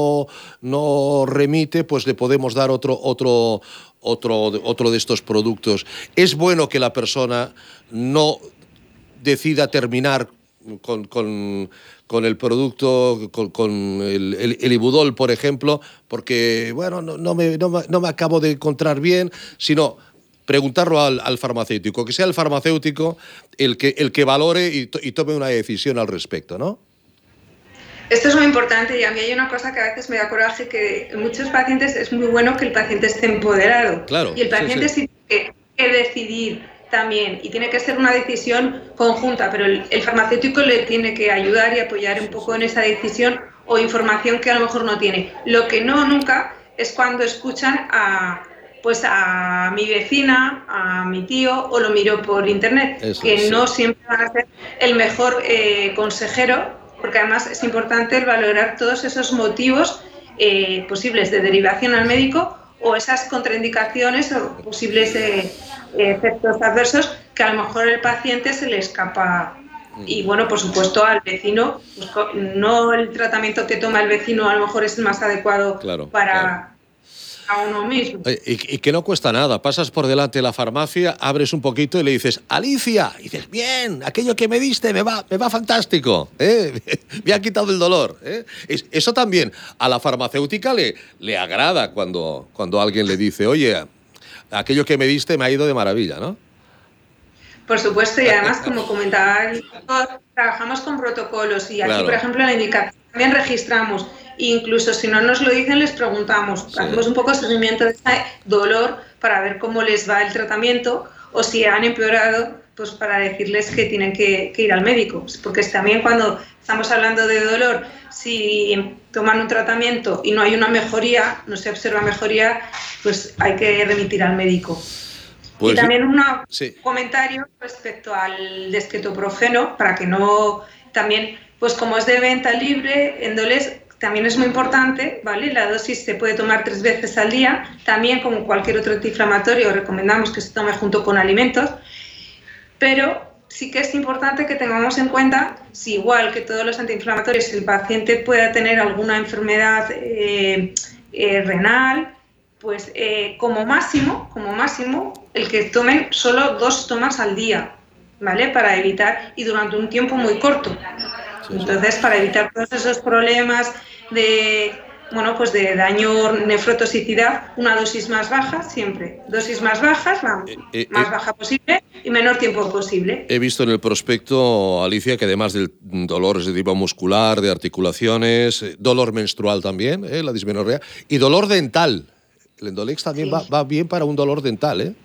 no remite, pues le podemos dar otro de estos productos. Es bueno que la persona no decida terminar con el producto, con el Ibudol, por ejemplo, porque, bueno, no me acabo de encontrar bien, sino preguntarlo al farmacéutico, que sea el farmacéutico el que valore y tome una decisión al respecto, ¿no? Esto es muy importante y a mí hay una cosa que a veces me da coraje, que en muchos pacientes es muy bueno que el paciente esté empoderado. Claro, y el paciente sí tiene que decidir también, y tiene que ser una decisión conjunta, pero el farmacéutico le tiene que ayudar y apoyar un poco en esa decisión o información que a lo mejor no tiene. Lo que no nunca es cuando escuchan a mi vecina, a mi tío, o lo miro por internet, eso, que sí. No siempre van a ser el mejor consejero, porque además es importante el valorar todos esos motivos posibles de derivación al médico o esas contraindicaciones o posibles efectos adversos que a lo mejor el paciente se le escapa. Y bueno, por supuesto al vecino, pues, no el tratamiento que toma el vecino a lo mejor es el más adecuado, claro, para a uno mismo. Y que no cuesta nada, pasas por delante de la farmacia, abres un poquito y le dices, Alicia, y dices, bien, aquello que me diste me va fantástico, me ha quitado el dolor. Eso también a la farmacéutica le agrada cuando alguien le dice, oye, aquello que me diste me ha ido de maravilla, ¿no? Por supuesto, y además, como comentaba el doctor, trabajamos con protocolos y aquí, claro, por ejemplo, la indicación también registramos. Incluso si no nos lo dicen, les preguntamos. Sí. Hacemos un poco de seguimiento de ese dolor para ver cómo les va el tratamiento o si han empeorado, pues para decirles que tienen que ir al médico. Porque también cuando estamos hablando de dolor, si toman un tratamiento y no hay una mejoría, no se observa mejoría, pues hay que remitir al médico. Pues y también un comentario respecto al desketoprofeno, para que no, también, pues como es de venta libre, en Doles también es muy importante, ¿vale? La dosis se puede tomar 3 veces al día, también como cualquier otro antiinflamatorio recomendamos que se tome junto con alimentos, pero sí que es importante que tengamos en cuenta, si igual que todos los antiinflamatorios el paciente pueda tener alguna enfermedad renal, pues como máximo, el que tomen solo 2 tomas al día, ¿vale? Para evitar, y durante un tiempo muy corto. Entonces, para evitar todos esos problemas de daño, nefrotoxicidad, una dosis más baja siempre. Dosis más bajas, la más baja posible y menor tiempo posible. He visto en el prospecto, Alicia, que además del dolor de tipo muscular, de articulaciones, dolor menstrual también, la dismenorrea, y dolor dental. El Endolex también va bien para un dolor dental, ¿eh?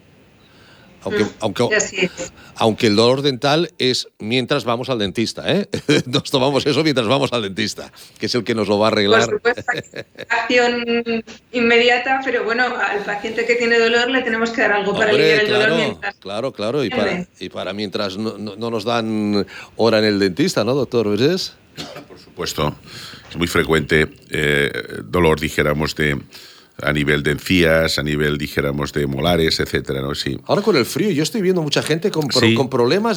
Aunque el dolor dental es mientras vamos al dentista, ¿eh? Nos tomamos eso mientras vamos al dentista, que es el que nos lo va a arreglar. Por supuesto, acción inmediata, pero bueno, al paciente que tiene dolor le tenemos que dar algo para aliviar el dolor mientras. Claro, y para mientras no nos dan hora en el dentista, ¿no, doctor Vergés? Por supuesto, es muy frecuente dolor, dijéramos, a nivel de encías, a nivel, dijéramos, de molares, etcétera, ¿no? Sí. Ahora con el frío, yo estoy viendo mucha gente con problemas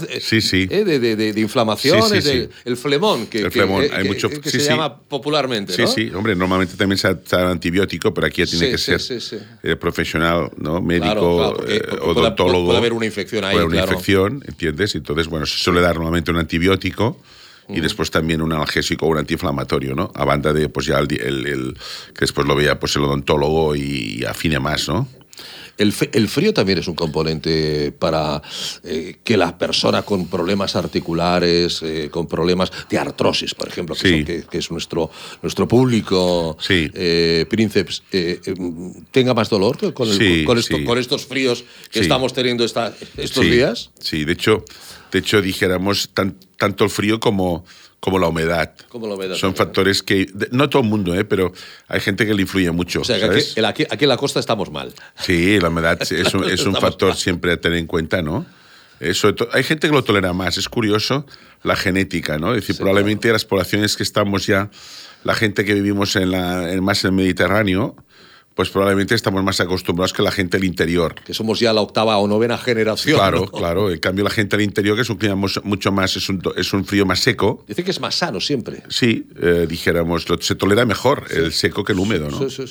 de inflamaciones, el flemón, que hay mucho, que se llama popularmente, ¿no? Sí, hombre, normalmente también se da antibiótico, pero aquí ya tiene que ser profesional, ¿no? Médico, odontólogo. Puede haber una infección ahí, infección, ¿entiendes? Entonces, bueno, se suele dar normalmente un antibiótico y después también un analgésico o un antiinflamatorio, ¿no? A banda de, pues ya que después lo vea pues el odontólogo y afine más, ¿no? El frío también es un componente para que la persona con problemas articulares, con problemas de artrosis, por ejemplo, que es nuestro público, Princeps, tenga más dolor con estos fríos que estamos teniendo estos días. Sí, de hecho dijéramos, tanto el frío como la humedad. Son factores que, no todo el mundo, pero hay gente que le influye mucho. O sea, ¿sabes? Que aquí en la costa estamos mal. Sí, la humedad es un factor mal. Siempre a tener en cuenta, ¿no? Hay gente que lo tolera más. Es curioso la genética, ¿no? Es decir, probablemente las poblaciones que estamos ya, la gente que vivimos más en el Mediterráneo, pues probablemente estamos más acostumbrados que la gente del interior. Que somos ya la 8ª o 9ª generación. Claro. En cambio, la gente del interior, que es un clima mucho más, es un frío más seco. Dice que es más sano siempre. Sí, dijéramos, se tolera mejor el seco que el húmedo, ¿no? Sí.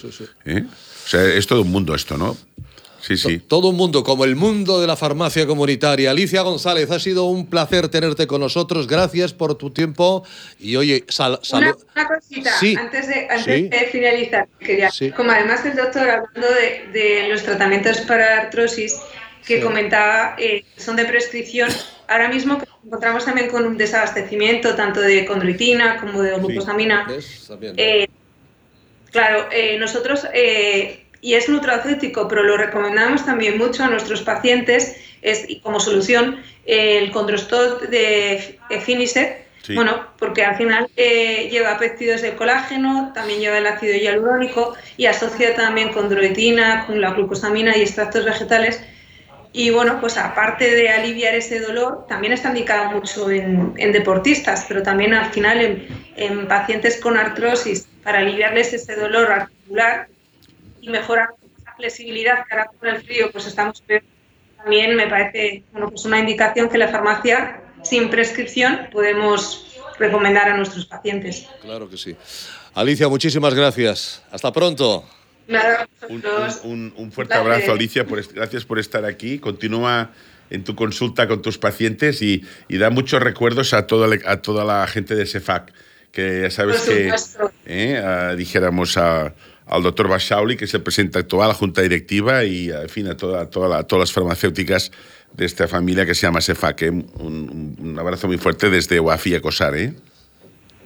O sea, es todo un mundo esto, ¿no? Sí. Todo un mundo, como el mundo de la farmacia comunitaria. Alicia González, ha sido un placer tenerte con nosotros. Gracias por tu tiempo. Y oye, salud. Una cosita, antes de finalizar, quería, como además el doctor hablando de los tratamientos para artrosis que comentaba, son de prescripción. Ahora mismo que nos encontramos también con un desabastecimiento tanto de condroitina como de glucosamina. Nosotros... y es nutracéutico, pero lo recomendamos también mucho a nuestros pacientes como solución el Condrostot de Finisec, porque al final lleva péptidos de colágeno, también lleva el ácido hialurónico y asocia también condroitina con la glucosamina y extractos vegetales. Y bueno, pues aparte de aliviar ese dolor, también está indicado mucho en deportistas, pero también al final en pacientes con artrosis, para aliviarles ese dolor articular y mejorar la flexibilidad, que ahora con el frío pues estamos peor. También me parece pues una indicación que la farmacia sin prescripción podemos recomendar a nuestros pacientes. Claro que sí. Alicia, muchísimas gracias. Hasta pronto. Nada, un fuerte abrazo, Alicia. Gracias por estar aquí. Continúa en tu consulta con tus pacientes y da muchos recuerdos a toda la gente de SEFAC, que ya sabes que dijéramos al doctor Basauli, que es el presidente actual, a la junta directiva y, en fin, a todas las farmacéuticas de esta familia que se llama SEFAC. Un abrazo muy fuerte desde Oafi a Cosar.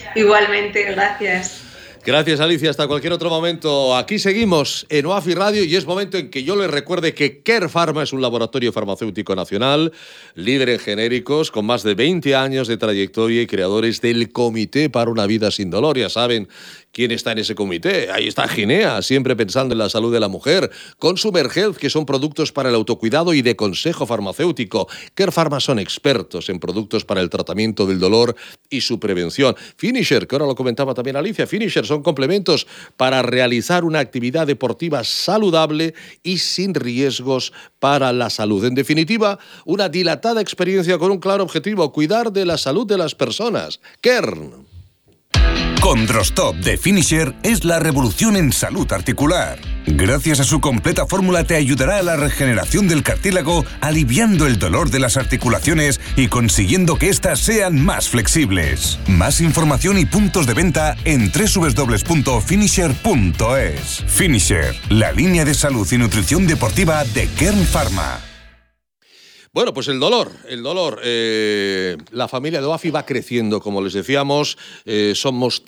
Igualmente, gracias. Gracias, Alicia. Hasta cualquier otro momento. Aquí seguimos en OAFI Radio y es momento en que yo les recuerde que Kern Pharma es un laboratorio farmacéutico nacional, líder en genéricos, con más de 20 años de trayectoria y creadores del Comité para una Vida Sin Dolor. Ya saben quién está en ese comité. Ahí está Ginea, siempre pensando en la salud de la mujer. Consumer Health, que son productos para el autocuidado y de consejo farmacéutico. Kern Pharma son expertos en productos para el tratamiento del dolor y su prevención. Finisher, que ahora lo comentaba también Alicia, Finisher son complementos para realizar una actividad deportiva saludable y sin riesgos para la salud. En definitiva, una dilatada experiencia con un claro objetivo: cuidar de la salud de las personas. Kern. Condrostop de Finisher es la revolución en salud articular. Gracias a su completa fórmula te ayudará a la regeneración del cartílago, aliviando el dolor de las articulaciones y consiguiendo que éstas sean más flexibles. Más información y puntos de venta en www.finisher.es. Finisher, la línea de salud y nutrición deportiva de Kern Pharma. Bueno, pues el dolor. La familia de OAFI va creciendo, como les decíamos. Somos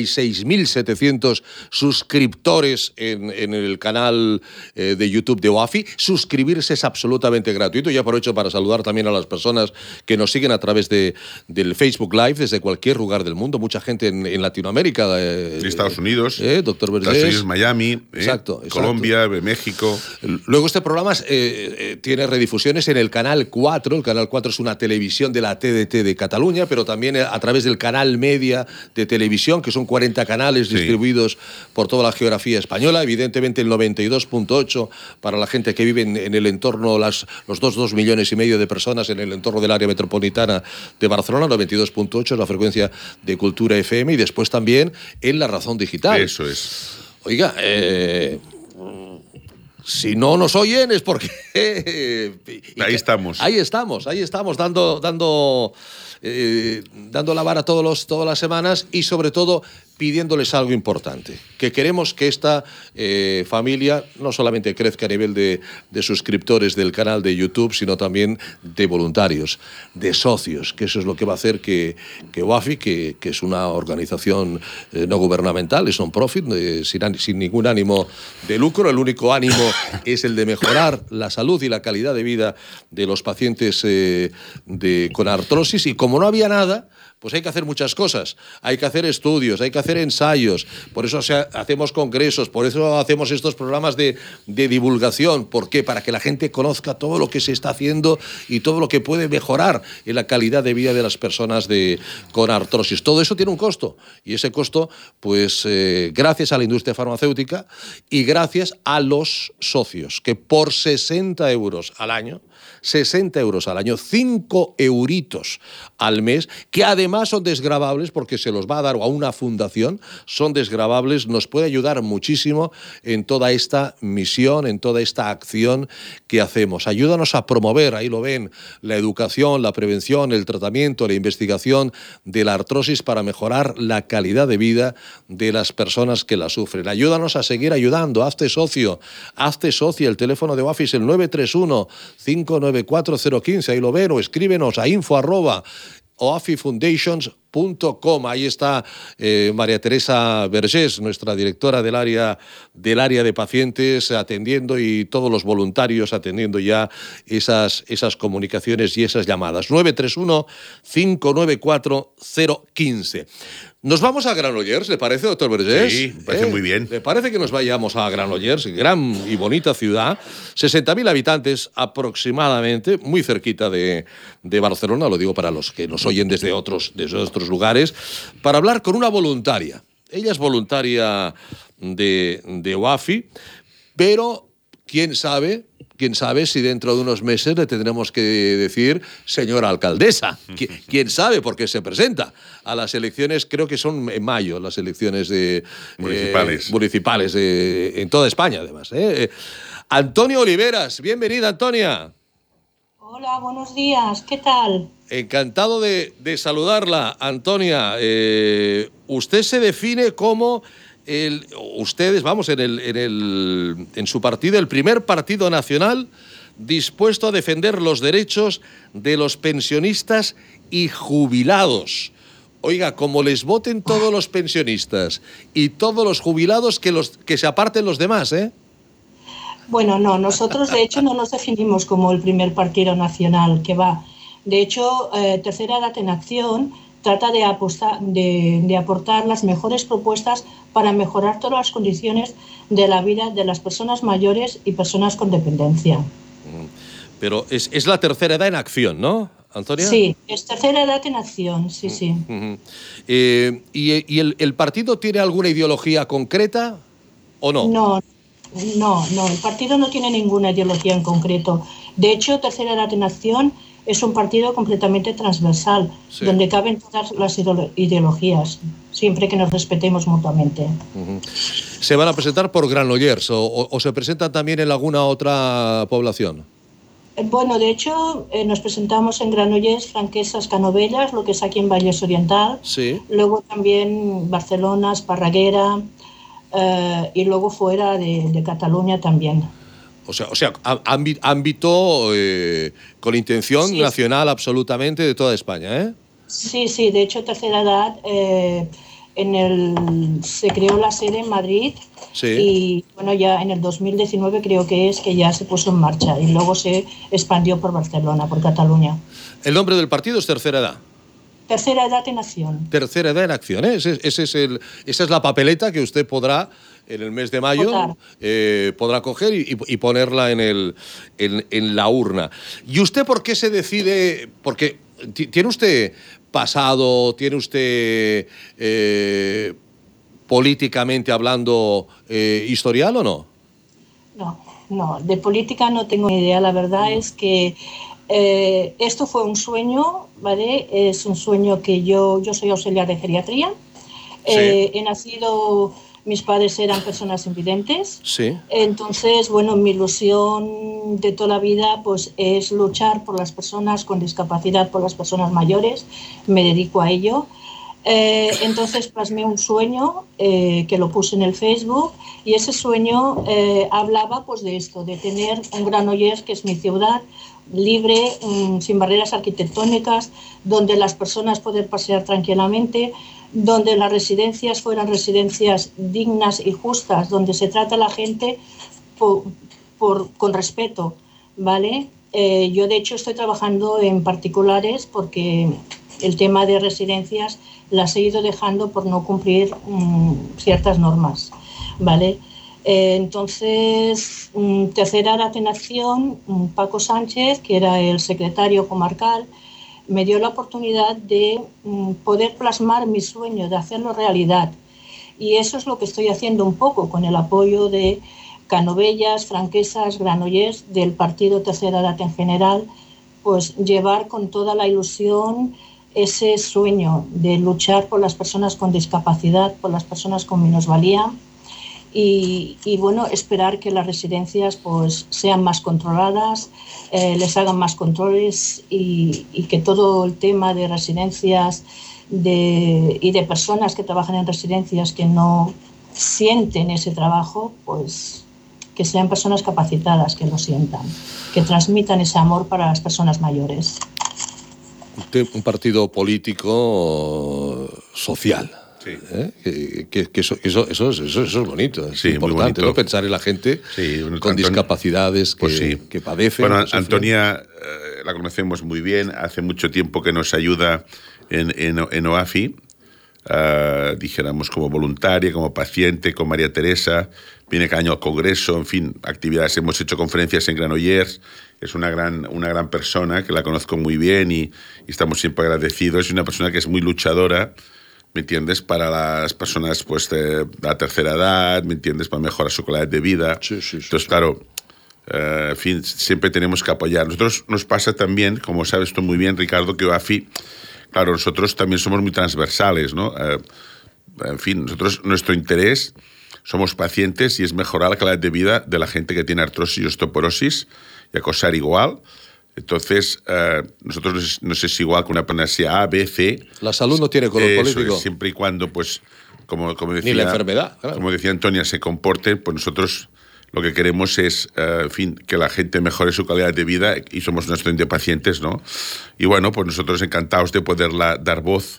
36.700 suscriptores en el canal de YouTube de OAFI. Suscribirse es absolutamente gratuito. Y aprovecho para saludar también a las personas que nos siguen a través del Facebook Live desde cualquier lugar del mundo. Mucha gente en Latinoamérica. Estados Unidos. Doctor Vergés. Estados Unidos, Miami. Exacto. Colombia, México. Luego este programa tiene redifusiones en el canal 4. El canal 4 es una televisión de la TDT de Cataluña, pero también a través del canal Media de televisión, que son 40 canales distribuidos por toda la geografía española. Evidentemente el 92.8 para la gente que vive en el entorno, los 2,5 millones de personas en el entorno del área metropolitana de Barcelona. 92.8 es la frecuencia de Cultura FM, y después también en La Razón Digital. Eso es. Oiga, si no nos oyen es porque... Ahí estamos dando la vara todas las semanas, y sobre todo pidiéndoles algo importante, que queremos que esta familia no solamente crezca a nivel de suscriptores del canal de YouTube, sino también de voluntarios, de socios, que eso es lo que va a hacer que OAFI, que es una organización no gubernamental, es non-profit, sin ningún ánimo de lucro. El único ánimo es el de mejorar la salud y la calidad de vida de los pacientes con artrosis. Y como no había nada, pues hay que hacer muchas cosas. Hay que hacer estudios, hay que hacer ensayos. Por eso hacemos congresos, por eso hacemos estos programas de divulgación. ¿Por qué? Para que la gente conozca todo lo que se está haciendo y todo lo que puede mejorar en la calidad de vida de las personas con artrosis. Todo eso tiene un costo. Y ese costo, pues gracias a la industria farmacéutica y gracias a los socios, que por 60 euros al año, 5 euritos al mes, que además son desgravables porque se los va a dar a una fundación, son desgravables, nos puede ayudar muchísimo en toda esta misión, en toda esta acción que hacemos. Ayúdanos a promover, ahí lo ven, la educación, la prevención, el tratamiento, la investigación de la artrosis para mejorar la calidad de vida de las personas que la sufren. Ayúdanos a seguir ayudando, hazte socio, el teléfono de OAFI es el 931-594-015, ahí lo ven, o escríbenos a info@oafifoundations.com. Ahí está María Teresa Vergés, nuestra directora del área de pacientes, atendiendo, y todos los voluntarios atendiendo ya esas comunicaciones y esas llamadas. 931-594-015. Nos vamos a Granollers, ¿le parece, doctor Vergés? Sí, me parece muy bien. ¿Le parece que nos vayamos a Granollers, gran y bonita ciudad? 60.000 habitantes aproximadamente, muy cerquita de Barcelona, lo digo para los que nos oyen desde otros lugares, para hablar con una voluntaria. Ella es voluntaria de OAFI, pero quién sabe si dentro de unos meses le tendremos que decir señora alcaldesa. ¿Quién sabe? Porque se presenta a las elecciones, creo que son en mayo, las elecciones municipales en toda España, además. Antonia Oliveras, bienvenida, Antonia. Hola, buenos días, ¿qué tal? Encantado de saludarla, Antonia. Usted se define como... ustedes, vamos, en su partido, el primer partido nacional dispuesto a defender los derechos de los pensionistas y jubilados. Oiga, como les voten todos los pensionistas y todos los jubilados, que se aparten los demás, ¿eh? Bueno, no, nosotros de hecho no nos definimos como el primer partido nacional que va. De hecho, Tercera Edad en Acción trata de aportar las mejores propuestas para mejorar todas las condiciones de la vida de las personas mayores y personas con dependencia. Pero es la Tercera Edad en Acción, ¿no, Antonia? Sí, es Tercera Edad en Acción, sí, sí. ¿Y el partido tiene alguna ideología concreta o no? No, el partido no tiene ninguna ideología en concreto. De hecho, Tercera Edad en Acción es un partido completamente transversal, sí, donde caben todas las ideologías, siempre que nos respetemos mutuamente. ¿Se van a presentar por Granollers o se presentan también en alguna otra población? Bueno, de hecho, nos presentamos en Granollers, Franquesas, Canovelles, lo que es aquí en Valles Oriental. Sí. Luego también Barcelona, Esparraguera, y luego fuera de Cataluña también. O sea, ámbito con intención sí, nacional absolutamente de toda España, ¿eh? Sí, de hecho, Tercera Edad, se creó la sede en Madrid. Sí. Y bueno, ya en el 2019 creo que ya se puso en marcha y luego se expandió por Barcelona, por Cataluña. ¿El nombre del partido es Tercera Edad? Tercera Edad en Acción. Tercera Edad en Acción, ¿eh? Esa es la papeleta que usted podrá, en el mes de mayo, podrá coger y ponerla en la urna. ¿Y usted por qué se decide? Porque tiene usted pasado, tiene usted políticamente hablando historial o no? No, de política no tengo ni idea. La verdad es que esto fue un sueño, ¿vale? Es un sueño que yo soy auxiliar de geriatría. Sí. He nacido, mis padres eran personas invidentes. Sí. Entonces, bueno, mi ilusión de toda la vida pues, es luchar por las personas con discapacidad, por las personas mayores. Me dedico a ello. Entonces plasmé un sueño que lo puse en el Facebook y ese sueño hablaba pues de esto, de tener un Granollers, que es mi ciudad, libre, sin barreras arquitectónicas, donde las personas pueden pasear tranquilamente, donde las residencias fueran residencias dignas y justas, donde se trata a la gente con respeto, ¿vale? Yo de hecho estoy trabajando en particulares porque el tema de residencias las he ido dejando por no cumplir ciertas normas, ¿vale? Entonces, Tercera Edad en Acción, Paco Sánchez, que era el secretario comarcal, me dio la oportunidad de poder plasmar mi sueño, de hacerlo realidad. Y eso es lo que estoy haciendo un poco con el apoyo de Canovelles, Franquesas, Granollers, del partido Tercera Edad en general, pues llevar con toda la ilusión ese sueño de luchar por las personas con discapacidad, por las personas con minusvalía y bueno, esperar que las residencias pues sean más controladas, les hagan más controles y que todo el tema de residencias y de personas que trabajan en residencias que no sienten ese trabajo, pues que sean personas capacitadas, que lo sientan, que transmitan ese amor para las personas mayores. Un partido político social. Sí. Que eso es bonito, es importante, bonito, ¿no? Pensar en la gente con discapacidades que padecen. Bueno, Antonia la conocemos muy bien, hace mucho tiempo que nos ayuda en OAFI, dijéramos como voluntaria, como paciente, con María Teresa, viene cada año al Congreso, en fin, actividades, hemos hecho conferencias en Granollers. Es una gran persona, que la conozco muy bien y estamos siempre agradecidos. Es una persona que es muy luchadora, ¿me entiendes? Para las personas pues, de la tercera edad, ¿me entiendes? Para mejorar su calidad de vida. Sí. Entonces, claro, en fin, siempre tenemos que apoyar. Nosotros nos pasa también, como sabes tú muy bien, Ricardo, que OAFI, claro, nosotros también somos muy transversales, ¿no? En fin, nuestro interés, somos pacientes y es mejorar la calidad de vida de la gente que tiene artrosis y osteoporosis, y acosar igual. Entonces, nosotros no es igual que una persona sea A, B, C. La salud no tiene color político. Siempre y cuando, pues, como decía... Ni la enfermedad, claro. Como decía Antonia, se comporte, pues nosotros lo que queremos es, en fin, que la gente mejore su calidad de vida y somos una asociación de pacientes, ¿no? Y bueno, pues nosotros encantados de poderla dar voz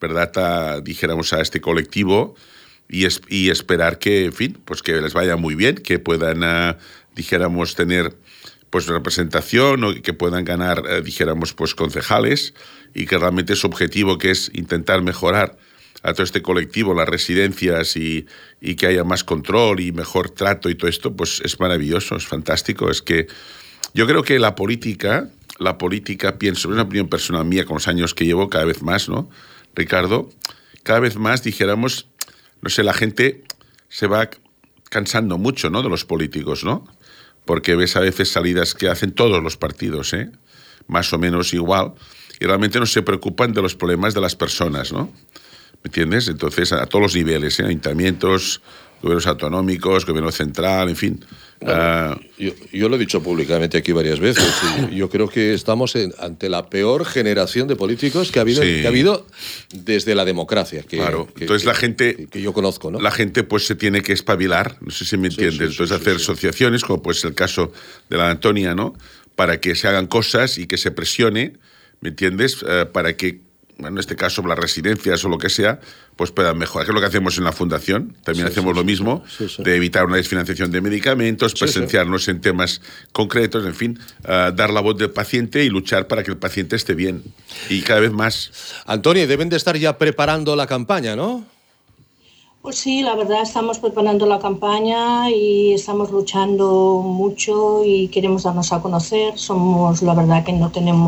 ¿verdad?, dijéramos, a este colectivo y esperar que, en fin, pues que les vaya muy bien, que puedan, dijéramos, tener pues representación o que puedan ganar, dijéramos, pues concejales, y que realmente su objetivo, que es intentar mejorar a todo este colectivo, las residencias y que haya más control y mejor trato y todo esto, pues es maravilloso, es fantástico. Es que yo creo que la política, pienso, es una opinión personal mía con los años que llevo, cada vez más, ¿no, Ricardo? Cada vez más, dijéramos, no sé, la gente se va cansando mucho, ¿no?, de los políticos, ¿no? Porque ves a veces salidas que hacen todos los partidos, más o menos igual, y realmente no se preocupan de los problemas de las personas, ¿no? ¿Me entiendes? Entonces, a todos los niveles, ayuntamientos, gobiernos autonómicos, gobierno central, en fin. Bueno, yo lo he dicho públicamente aquí varias veces. Y yo creo que estamos ante la peor generación de políticos que ha habido desde la democracia. Claro. Entonces la gente que yo conozco, ¿no? La gente pues se tiene que espabilar. No sé si me entiendes. Entonces hacer asociaciones, como pues el caso de la Antonia, ¿no? Para que se hagan cosas y que se presione, ¿me entiendes? Para que, en este caso, las residencias o lo que sea, pues puedan mejorar. Que es lo que hacemos en la Fundación. También hacemos lo mismo, de evitar una desfinanciación de medicamentos, presenciarnos en temas concretos, en fin, dar la voz del paciente y luchar para que el paciente esté bien. Y cada vez más. Antonio, deben de estar ya preparando la campaña, ¿no? Pues sí, la verdad estamos preparando la campaña y estamos luchando mucho y queremos darnos a conocer. La verdad que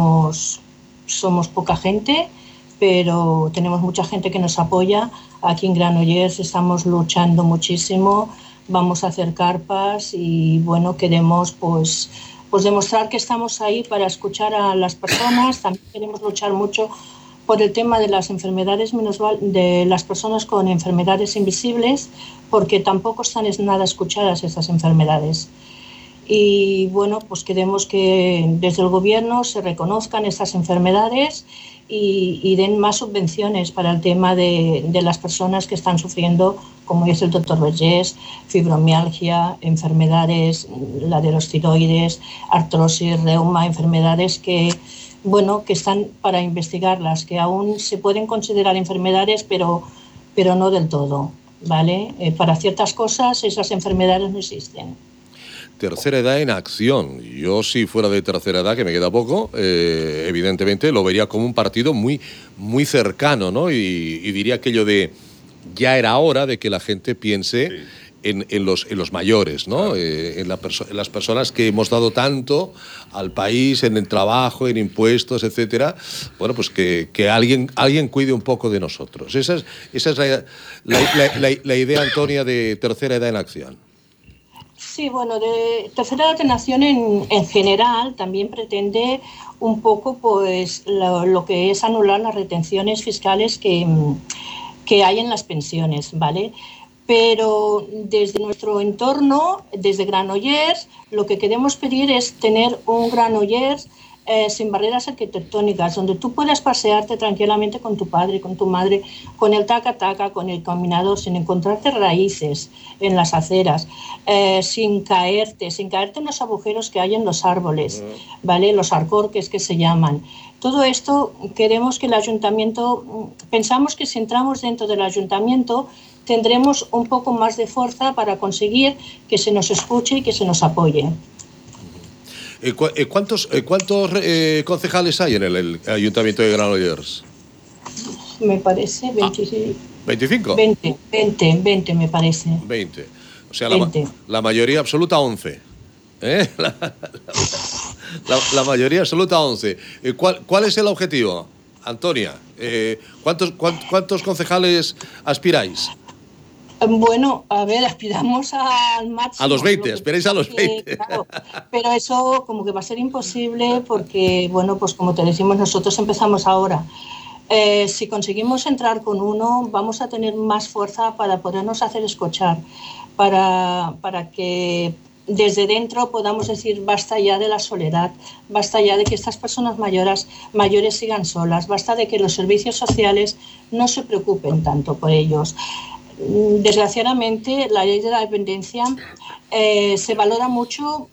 somos poca gente, pero tenemos mucha gente que nos apoya. Aquí en Granollers estamos luchando muchísimo, vamos a hacer carpas y bueno, queremos pues demostrar que estamos ahí para escuchar a las personas. También queremos luchar mucho por el tema de las enfermedades de las personas con enfermedades invisibles, porque tampoco están nada escuchadas estas enfermedades. Y bueno, pues queremos que desde el gobierno se reconozcan estas enfermedades y den más subvenciones para el tema de las personas que están sufriendo, como dice el doctor Vergés, fibromialgia, enfermedades, la de los tiroides, artrosis, reuma, enfermedades que están para investigarlas, que aún se pueden considerar enfermedades, pero no del todo, ¿vale? Para ciertas cosas esas enfermedades no existen. Tercera edad en acción. Yo, si fuera de tercera edad, que me queda poco, evidentemente lo vería como un partido muy, muy cercano, ¿no? Y diría aquello de ya era hora de que la gente piense en los mayores, ¿no? En las personas que hemos dado tanto al país, en el trabajo, en impuestos, etcétera. Bueno, pues que alguien cuide un poco de nosotros. Esa es la idea, Antonia, de tercera edad en acción. Sí, bueno, de tercera edad en acción en general también pretende un poco pues lo que es anular las retenciones fiscales que hay en las pensiones, ¿vale? Pero desde nuestro entorno, desde Granollers, lo que queremos pedir es tener un Granollers sin barreras arquitectónicas, donde tú puedas pasearte tranquilamente con tu padre, con tu madre, con el taca-taca, con el caminador, sin encontrarte raíces en las aceras, sin caerte en los agujeros que hay en los árboles, ¿vale? Los arcorques que se llaman. Todo esto queremos que el ayuntamiento, pensamos que si entramos dentro del ayuntamiento tendremos un poco más de fuerza para conseguir que se nos escuche y que se nos apoye. ¿Cuántos concejales hay en el Ayuntamiento de Granollers? Me parece 20. ¿25? 20 me parece. 20. O sea, 20. La mayoría absoluta 11. La mayoría absoluta 11. ¿Cuál es el objetivo, Antonia? ¿Cuántos concejales aspiráis? Bueno, a ver, aspiramos al máximo. A los 20, aspiráis a los 20. Claro, pero eso como que va a ser imposible porque, bueno, pues como te decimos, nosotros empezamos ahora. Si conseguimos entrar con uno, vamos a tener más fuerza para podernos hacer escuchar, para que desde dentro podamos decir basta ya de la soledad, basta ya de que estas personas mayores sigan solas, basta de que los servicios sociales no se preocupen tanto por ellos. Desgraciadamente, la ley de la dependencia se valora mucho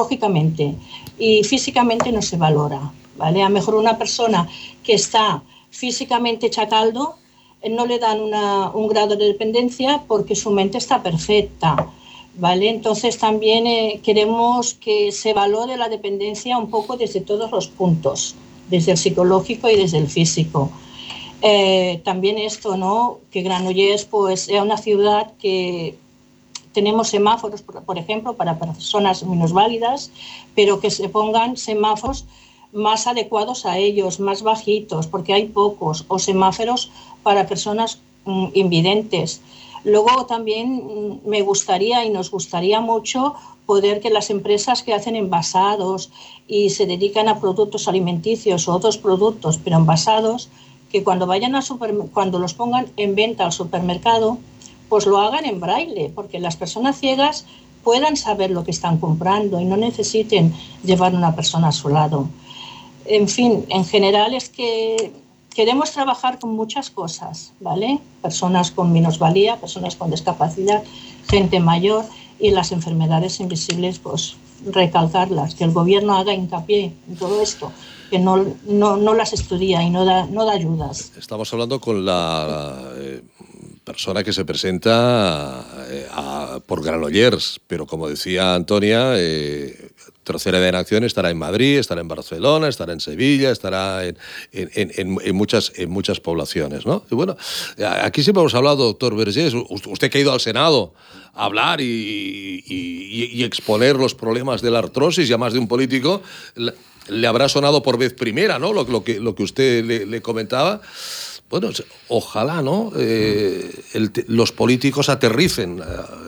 psicológicamente y físicamente no se valora, ¿vale? A lo mejor una persona que está físicamente echa caldo, no le dan un grado de dependencia porque su mente está perfecta, ¿vale? Entonces también queremos que se valore la dependencia un poco desde todos los puntos, desde el psicológico y desde el físico. También esto, ¿no? Que Granollers pues, es una ciudad que tenemos semáforos, por ejemplo, para personas minusválidas, pero que se pongan semáforos más adecuados a ellos, más bajitos, porque hay pocos, o semáforos para personas invidentes. Luego también me gustaría y nos gustaría mucho poder que las empresas que hacen envasados y se dedican a productos alimenticios o otros productos, pero envasados, que cuando vayan cuando los pongan en venta al supermercado, pues lo hagan en braille, porque las personas ciegas puedan saber lo que están comprando y no necesiten llevar a una persona a su lado. En fin, en general es que queremos trabajar con muchas cosas, ¿vale? Personas con minusvalía, personas con discapacidad, gente mayor y las enfermedades invisibles, pues recalcarlas, que el gobierno haga hincapié en todo esto, que no las estudia y no da ayudas. Estamos hablando con la persona que se presenta por Granollers, pero como decía Antonia, Tercera Edad en Acción estará en Madrid, estará en Barcelona, estará en Sevilla, estará en muchas poblaciones, ¿no? Y bueno, aquí siempre hemos hablado, doctor Vergés, usted que ha ido al Senado a hablar y exponer los problemas de la artrosis, y a más de un político le habrá sonado por vez primera, ¿no? Lo que usted le comentaba. Bueno, ojalá, ¿no? Los políticos aterricen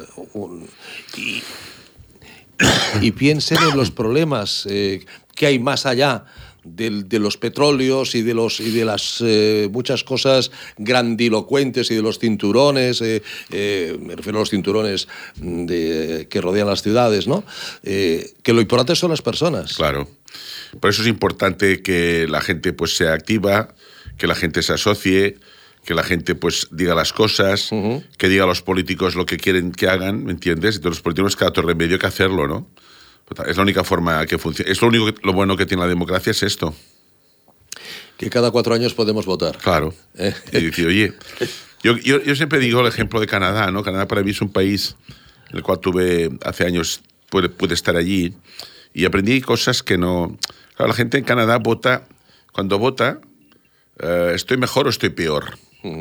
y piensen en los problemas que hay más allá de los petróleos y de las muchas cosas grandilocuentes y de los cinturones, me refiero a los cinturones que rodean las ciudades, ¿no? Que lo importante son las personas. Claro. Por eso es importante que la gente pues sea activa, que la gente se asocie, que la gente pues diga las cosas, que diga a los políticos lo que quieren que hagan, ¿me entiendes? Entonces los políticos cada otro remedio que hacerlo, ¿no? Es la única forma que funciona. Es lo bueno que tiene la democracia es esto. Que cada 4 años podemos votar. Claro. Y decir, oye, yo siempre digo el ejemplo de Canadá, ¿no? Canadá para mí es un país en el cual hace años pude estar allí y aprendí cosas que no... Claro, la gente en Canadá vota, cuando vota, ¿estoy mejor o estoy peor?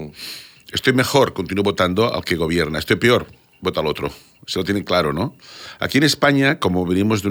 Estoy mejor, continúo votando al que gobierna. Estoy peor, vota al otro. Se lo tienen claro, ¿no? Aquí en España, como venimos de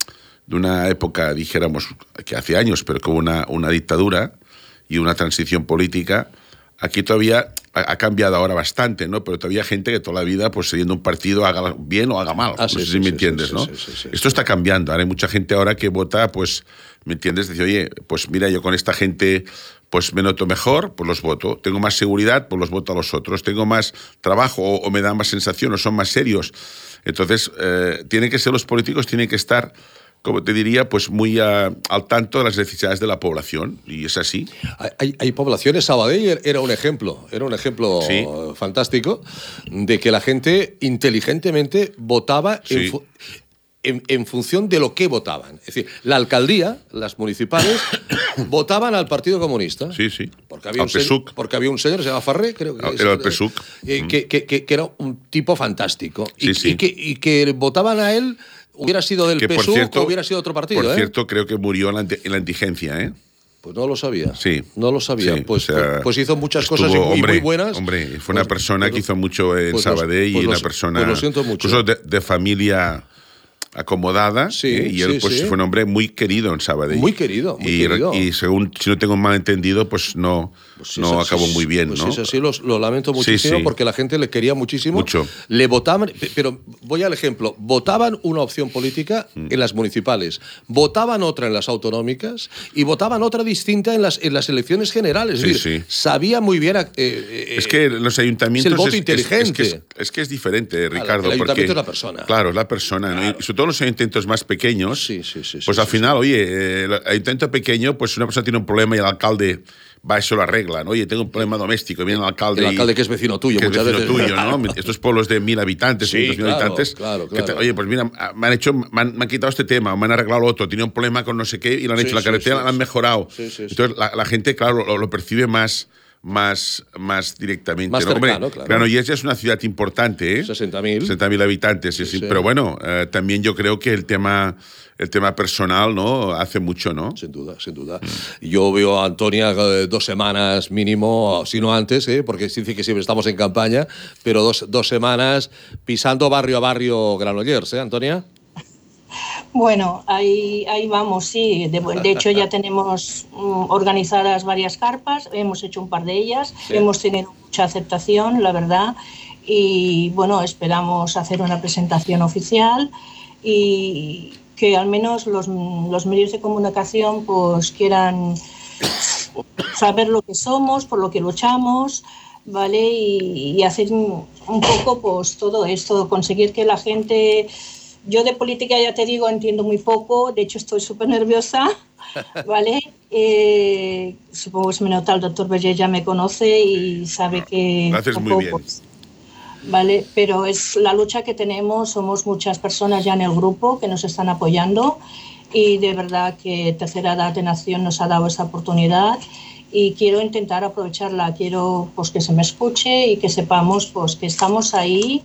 una época, dijéramos, que hace años, pero como una dictadura y una transición política, aquí todavía ha cambiado ahora bastante, ¿no? Pero todavía hay gente que toda la vida, pues siguiendo un partido, haga bien o haga mal. No sé si me entiendes, ¿no? Esto está cambiando. Ahora hay mucha gente ahora que vota, pues, ¿me entiendes? Dice, oye, pues mira, yo con esta gente pues me noto mejor, pues los voto. Tengo más seguridad, pues los voto a los otros. Tengo más trabajo o me dan más sensación o son más serios. Entonces, tienen que ser los políticos, tienen que estar, como te diría, pues muy al tanto de las necesidades de la población, y es así. Hay poblaciones, Sabadell era un ejemplo sí, fantástico, de que la gente inteligentemente votaba sí, en función de lo que votaban. Es decir, la alcaldía, las municipales, votaban al Partido Comunista. Sí, sí. Porque había un señor que se llama Farré, creo que era el PSUC. Que era un tipo fantástico. Sí, sí. Y que votaban a él, hubiera sido del PSUC o hubiera sido otro partido. Por cierto, creo que murió en la indigencia, ¿eh? Pues no lo sabía. Sí. No lo sabía. Sí, pues, o sea, pues hizo muchas cosas muy buenas. Hombre, fue una persona que hizo mucho en Sabadell y una persona lo siento mucho. Incluso de familia acomodada, sí, y él pues fue un hombre muy querido en Sabadell. Muy querido. Y según, si no tengo mal entendido, pues no acabó muy bien, pues ¿no? Pues así lo lamento muchísimo, porque la gente le quería muchísimo. Mucho. Le votaban, pero voy al ejemplo, votaban una opción política en las municipales, votaban otra en las autonómicas y votaban otra distinta en las elecciones generales. Es decir, sabía muy bien... es que los ayuntamientos... Es el voto inteligente. Es que es diferente, Ricardo. El ayuntamiento porque, es la persona. Claro, es la persona, claro, ¿no? Y sobre todo los ayuntamientos más pequeños, pues al final, oye, el ayuntamiento pequeño, pues una persona tiene un problema y el alcalde va y se lo arregla, ¿no? Oye, tengo un problema doméstico, viene el alcalde. El alcalde que es vecino tuyo, muchas veces. Tuyo, ¿no? Estos pueblos de 1.000 habitantes, 2.000 habitantes. Claro. Oye, pues mira, me han quitado este tema, me han arreglado lo otro, tenía un problema con no sé qué y lo han hecho la carretera, la han mejorado. Entonces la gente, claro, lo percibe más directamente. Más cercano, claro. Granollers es una ciudad importante, ¿eh? 60.000 habitantes, sí. Pero bueno, también yo creo que el tema personal, ¿no? Hace mucho, ¿no? Sin duda. Yo veo a Antonia 2 semanas mínimo, si no antes, porque dice que siempre estamos en campaña, pero dos semanas pisando barrio a barrio Granollers, Antonia. Bueno, ahí vamos, sí. De hecho, ya tenemos organizadas varias carpas, hemos hecho un par de ellas, hemos tenido mucha aceptación, la verdad, y bueno, esperamos hacer una presentación oficial y que al menos los medios de comunicación pues quieran saber lo que somos, por lo que luchamos, ¿vale? Y hacer un poco pues todo esto, conseguir que la gente... Yo de política, ya te digo, entiendo muy poco, de hecho estoy súper nerviosa, ¿vale? Supongo que se me nota, el doctor Vergés ya me conoce y sabe que... Lo haces muy bien. ¿Vale? Pero es la lucha que tenemos, somos muchas personas ya en el grupo que nos están apoyando y de verdad que Tercera Edad de Nación nos ha dado esa oportunidad y quiero intentar aprovecharla, quiero pues que se me escuche y que sepamos pues que estamos ahí,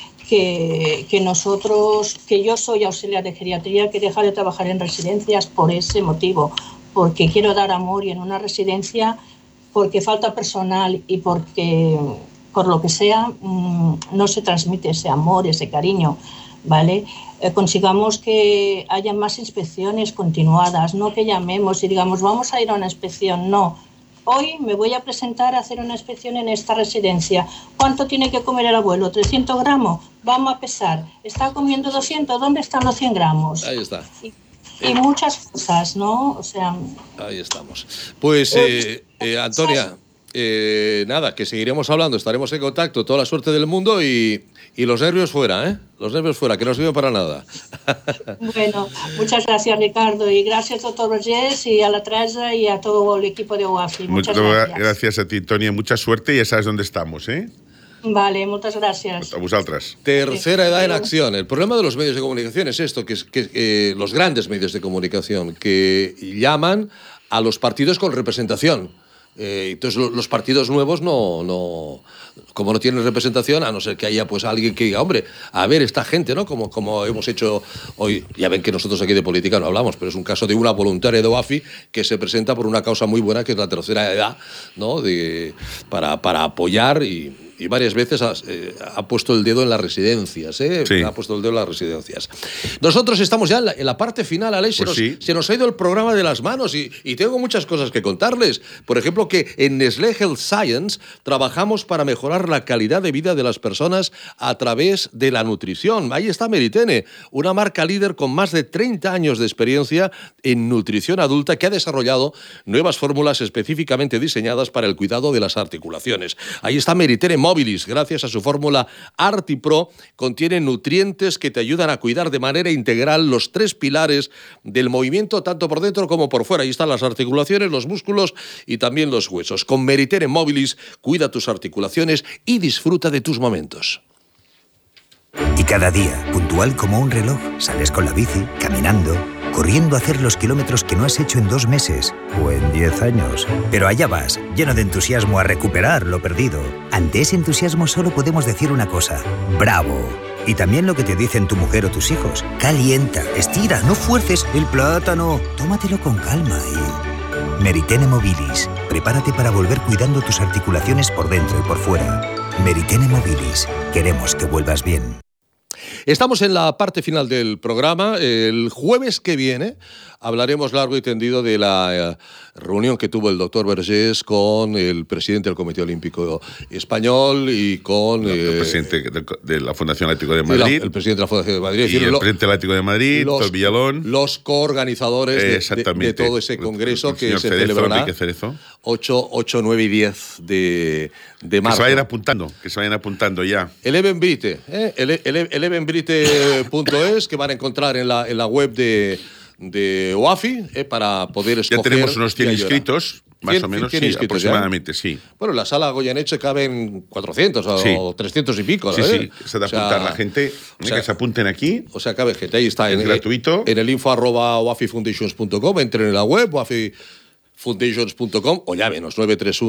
que nosotros, que yo soy auxiliar de geriatría, que he dejado de trabajar en residencias por ese motivo, porque quiero dar amor y en una residencia, porque falta personal y porque, por lo que sea, no se transmite ese amor, ese cariño, ¿vale? Consigamos que haya más inspecciones continuadas, no que llamemos y digamos, vamos a ir a una inspección, no. Hoy me voy a presentar a hacer una inspección en esta residencia. ¿Cuánto tiene que comer el abuelo? ¿300 gramos? Vamos a pesar. ¿Está comiendo 200? ¿Dónde están los 100 gramos? Ahí está. Y muchas cosas, ¿no? O sea... Ahí estamos. Pues, Antonia, nada, que seguiremos hablando, estaremos en contacto, toda la suerte del mundo y los nervios fuera, ¿eh? Los nervios fuera, que no sirven para nada. Bueno, muchas gracias, Ricardo, y gracias, doctor Vergés, y a la Teresa y a todo el equipo de UAFI. Muchas gracias. Gracias a ti, Antonia. Mucha suerte y ya sabes dónde estamos, ¿eh? Vale, muchas gracias. A vosotras. Tercera Edad en acción. El problema de los medios de comunicación es esto, que los grandes medios de comunicación que llaman a los partidos con representación. Entonces los partidos nuevos como no tienen representación, a no ser que haya pues alguien que diga, hombre, a ver esta gente, ¿no? Como hemos hecho hoy. Ya ven que nosotros aquí de política no hablamos, pero es un caso de una voluntaria de UAFI que se presenta por una causa muy buena, que es la tercera edad, ¿no? Para apoyar y varias veces ha puesto el dedo en las residencias, Sí. Ha puesto el dedo en las residencias. Nosotros estamos ya en la parte final, Alex. Se nos ha ido el programa de las manos y tengo muchas cosas que contarles. Por ejemplo, que en Nestlé Health Science trabajamos para mejorar la calidad de vida de las personas a través de la nutrición. Ahí está Meritene, una marca líder con más de 30 años de experiencia en nutrición adulta que ha desarrollado nuevas fórmulas específicamente diseñadas para el cuidado de las articulaciones. Ahí está Meritene Mobilis, gracias a su fórmula ArtiPro, contiene nutrientes que te ayudan a cuidar de manera integral los 3 pilares del movimiento, tanto por dentro como por fuera. Ahí están las articulaciones, los músculos y también los huesos. Con Meritene Mobilis, cuida tus articulaciones y disfruta de tus momentos. Y cada día, puntual como un reloj, sales con la bici, caminando, corriendo a hacer los kilómetros que no has hecho en 2 meses o en 10 años. Pero allá vas, lleno de entusiasmo a recuperar lo perdido. Ante ese entusiasmo solo podemos decir una cosa: ¡bravo! Y también lo que te dicen tu mujer o tus hijos: calienta, estira, no fuerces el plátano. Tómatelo con calma y... Meritene Mobilis. Prepárate para volver cuidando tus articulaciones por dentro y por fuera. Meritene Mobilis. Queremos que vuelvas bien. Estamos en la parte final del programa. El jueves que viene hablaremos largo y tendido de la reunión que tuvo el doctor Vergés con el presidente del Comité Olímpico Español y con... el presidente de la Fundación Atlético de Madrid. El presidente de la Fundación de Madrid. Y el presidente del Atlético de Madrid, Tor Villalón. Los coorganizadores de todo ese congreso que se celebrará 8, 9 y 10 de de marzo. Que se vayan apuntando ya. El Evenbrite, el evenbrite.es, que van a encontrar en la web de OAFI, para poder escoger. Ya tenemos unos 100 inscritos. Más o menos, 100 sí, aproximadamente, sí. Bueno, en la sala Goyeneche caben 400 o 300 y pico, ¿no? Sí, se de apuntar la gente, que se apunten aquí. O sea, cabe gente, ahí está. Es gratuito. En el info@oafifoundations.com, entren en la web, oafifoundations.com, o llámenos,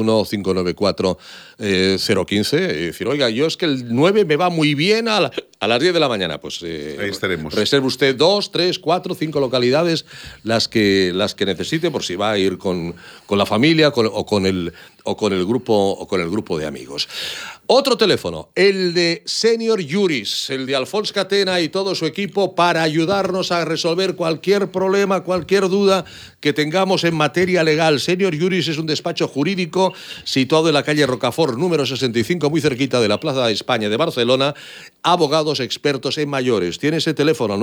931-594-015, y decir, oiga, yo es que el 9 me va muy bien a las 10 de la mañana. Pues ahí estaremos. Reserve usted 2, 3, 4, 5 localidades, las que necesite, por si va a ir con la familia o con el grupo de amigos. Otro teléfono, el de Senior Juris, el de Alfons Catena y todo su equipo, para ayudarnos a resolver cualquier problema, cualquier duda que tengamos en materia legal. Senior Juris es un despacho jurídico situado en la calle Rocafort, número 65, muy cerquita de la Plaza de España de Barcelona. Abogados expertos en mayores. Tiene ese teléfono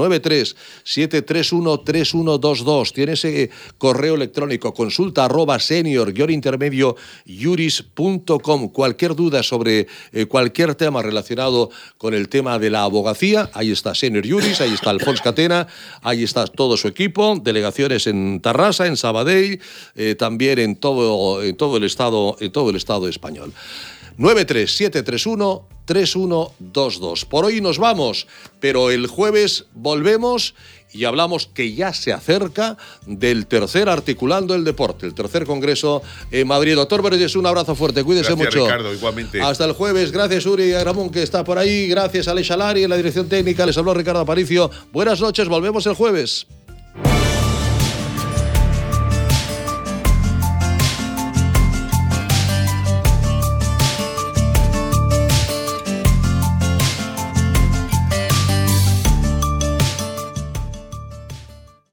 93-731-3122. Tiene ese correo electrónico consulta@senior-intermedio-juris.com. Cualquier duda sobre cualquier tema relacionado con el tema de la abogacía, ahí está Senior Juris, ahí está Alfons Catena, ahí está todo su equipo, delegaciones en Tarrasa, en Sabadell, también en todo el estado español. 93-731-3122. Por hoy nos vamos, pero el jueves volvemos y hablamos, que ya se acerca, del tercer Articulando el Deporte, el tercer congreso en Madrid. Doctor Vergés, un abrazo fuerte, cuídese mucho. Gracias, Ricardo, igualmente. Hasta el jueves. Gracias, Uri Ramón, que está por ahí. Gracias a Aleix Alari en la dirección técnica. Les habló Ricardo Aparicio. Buenas noches, volvemos el jueves.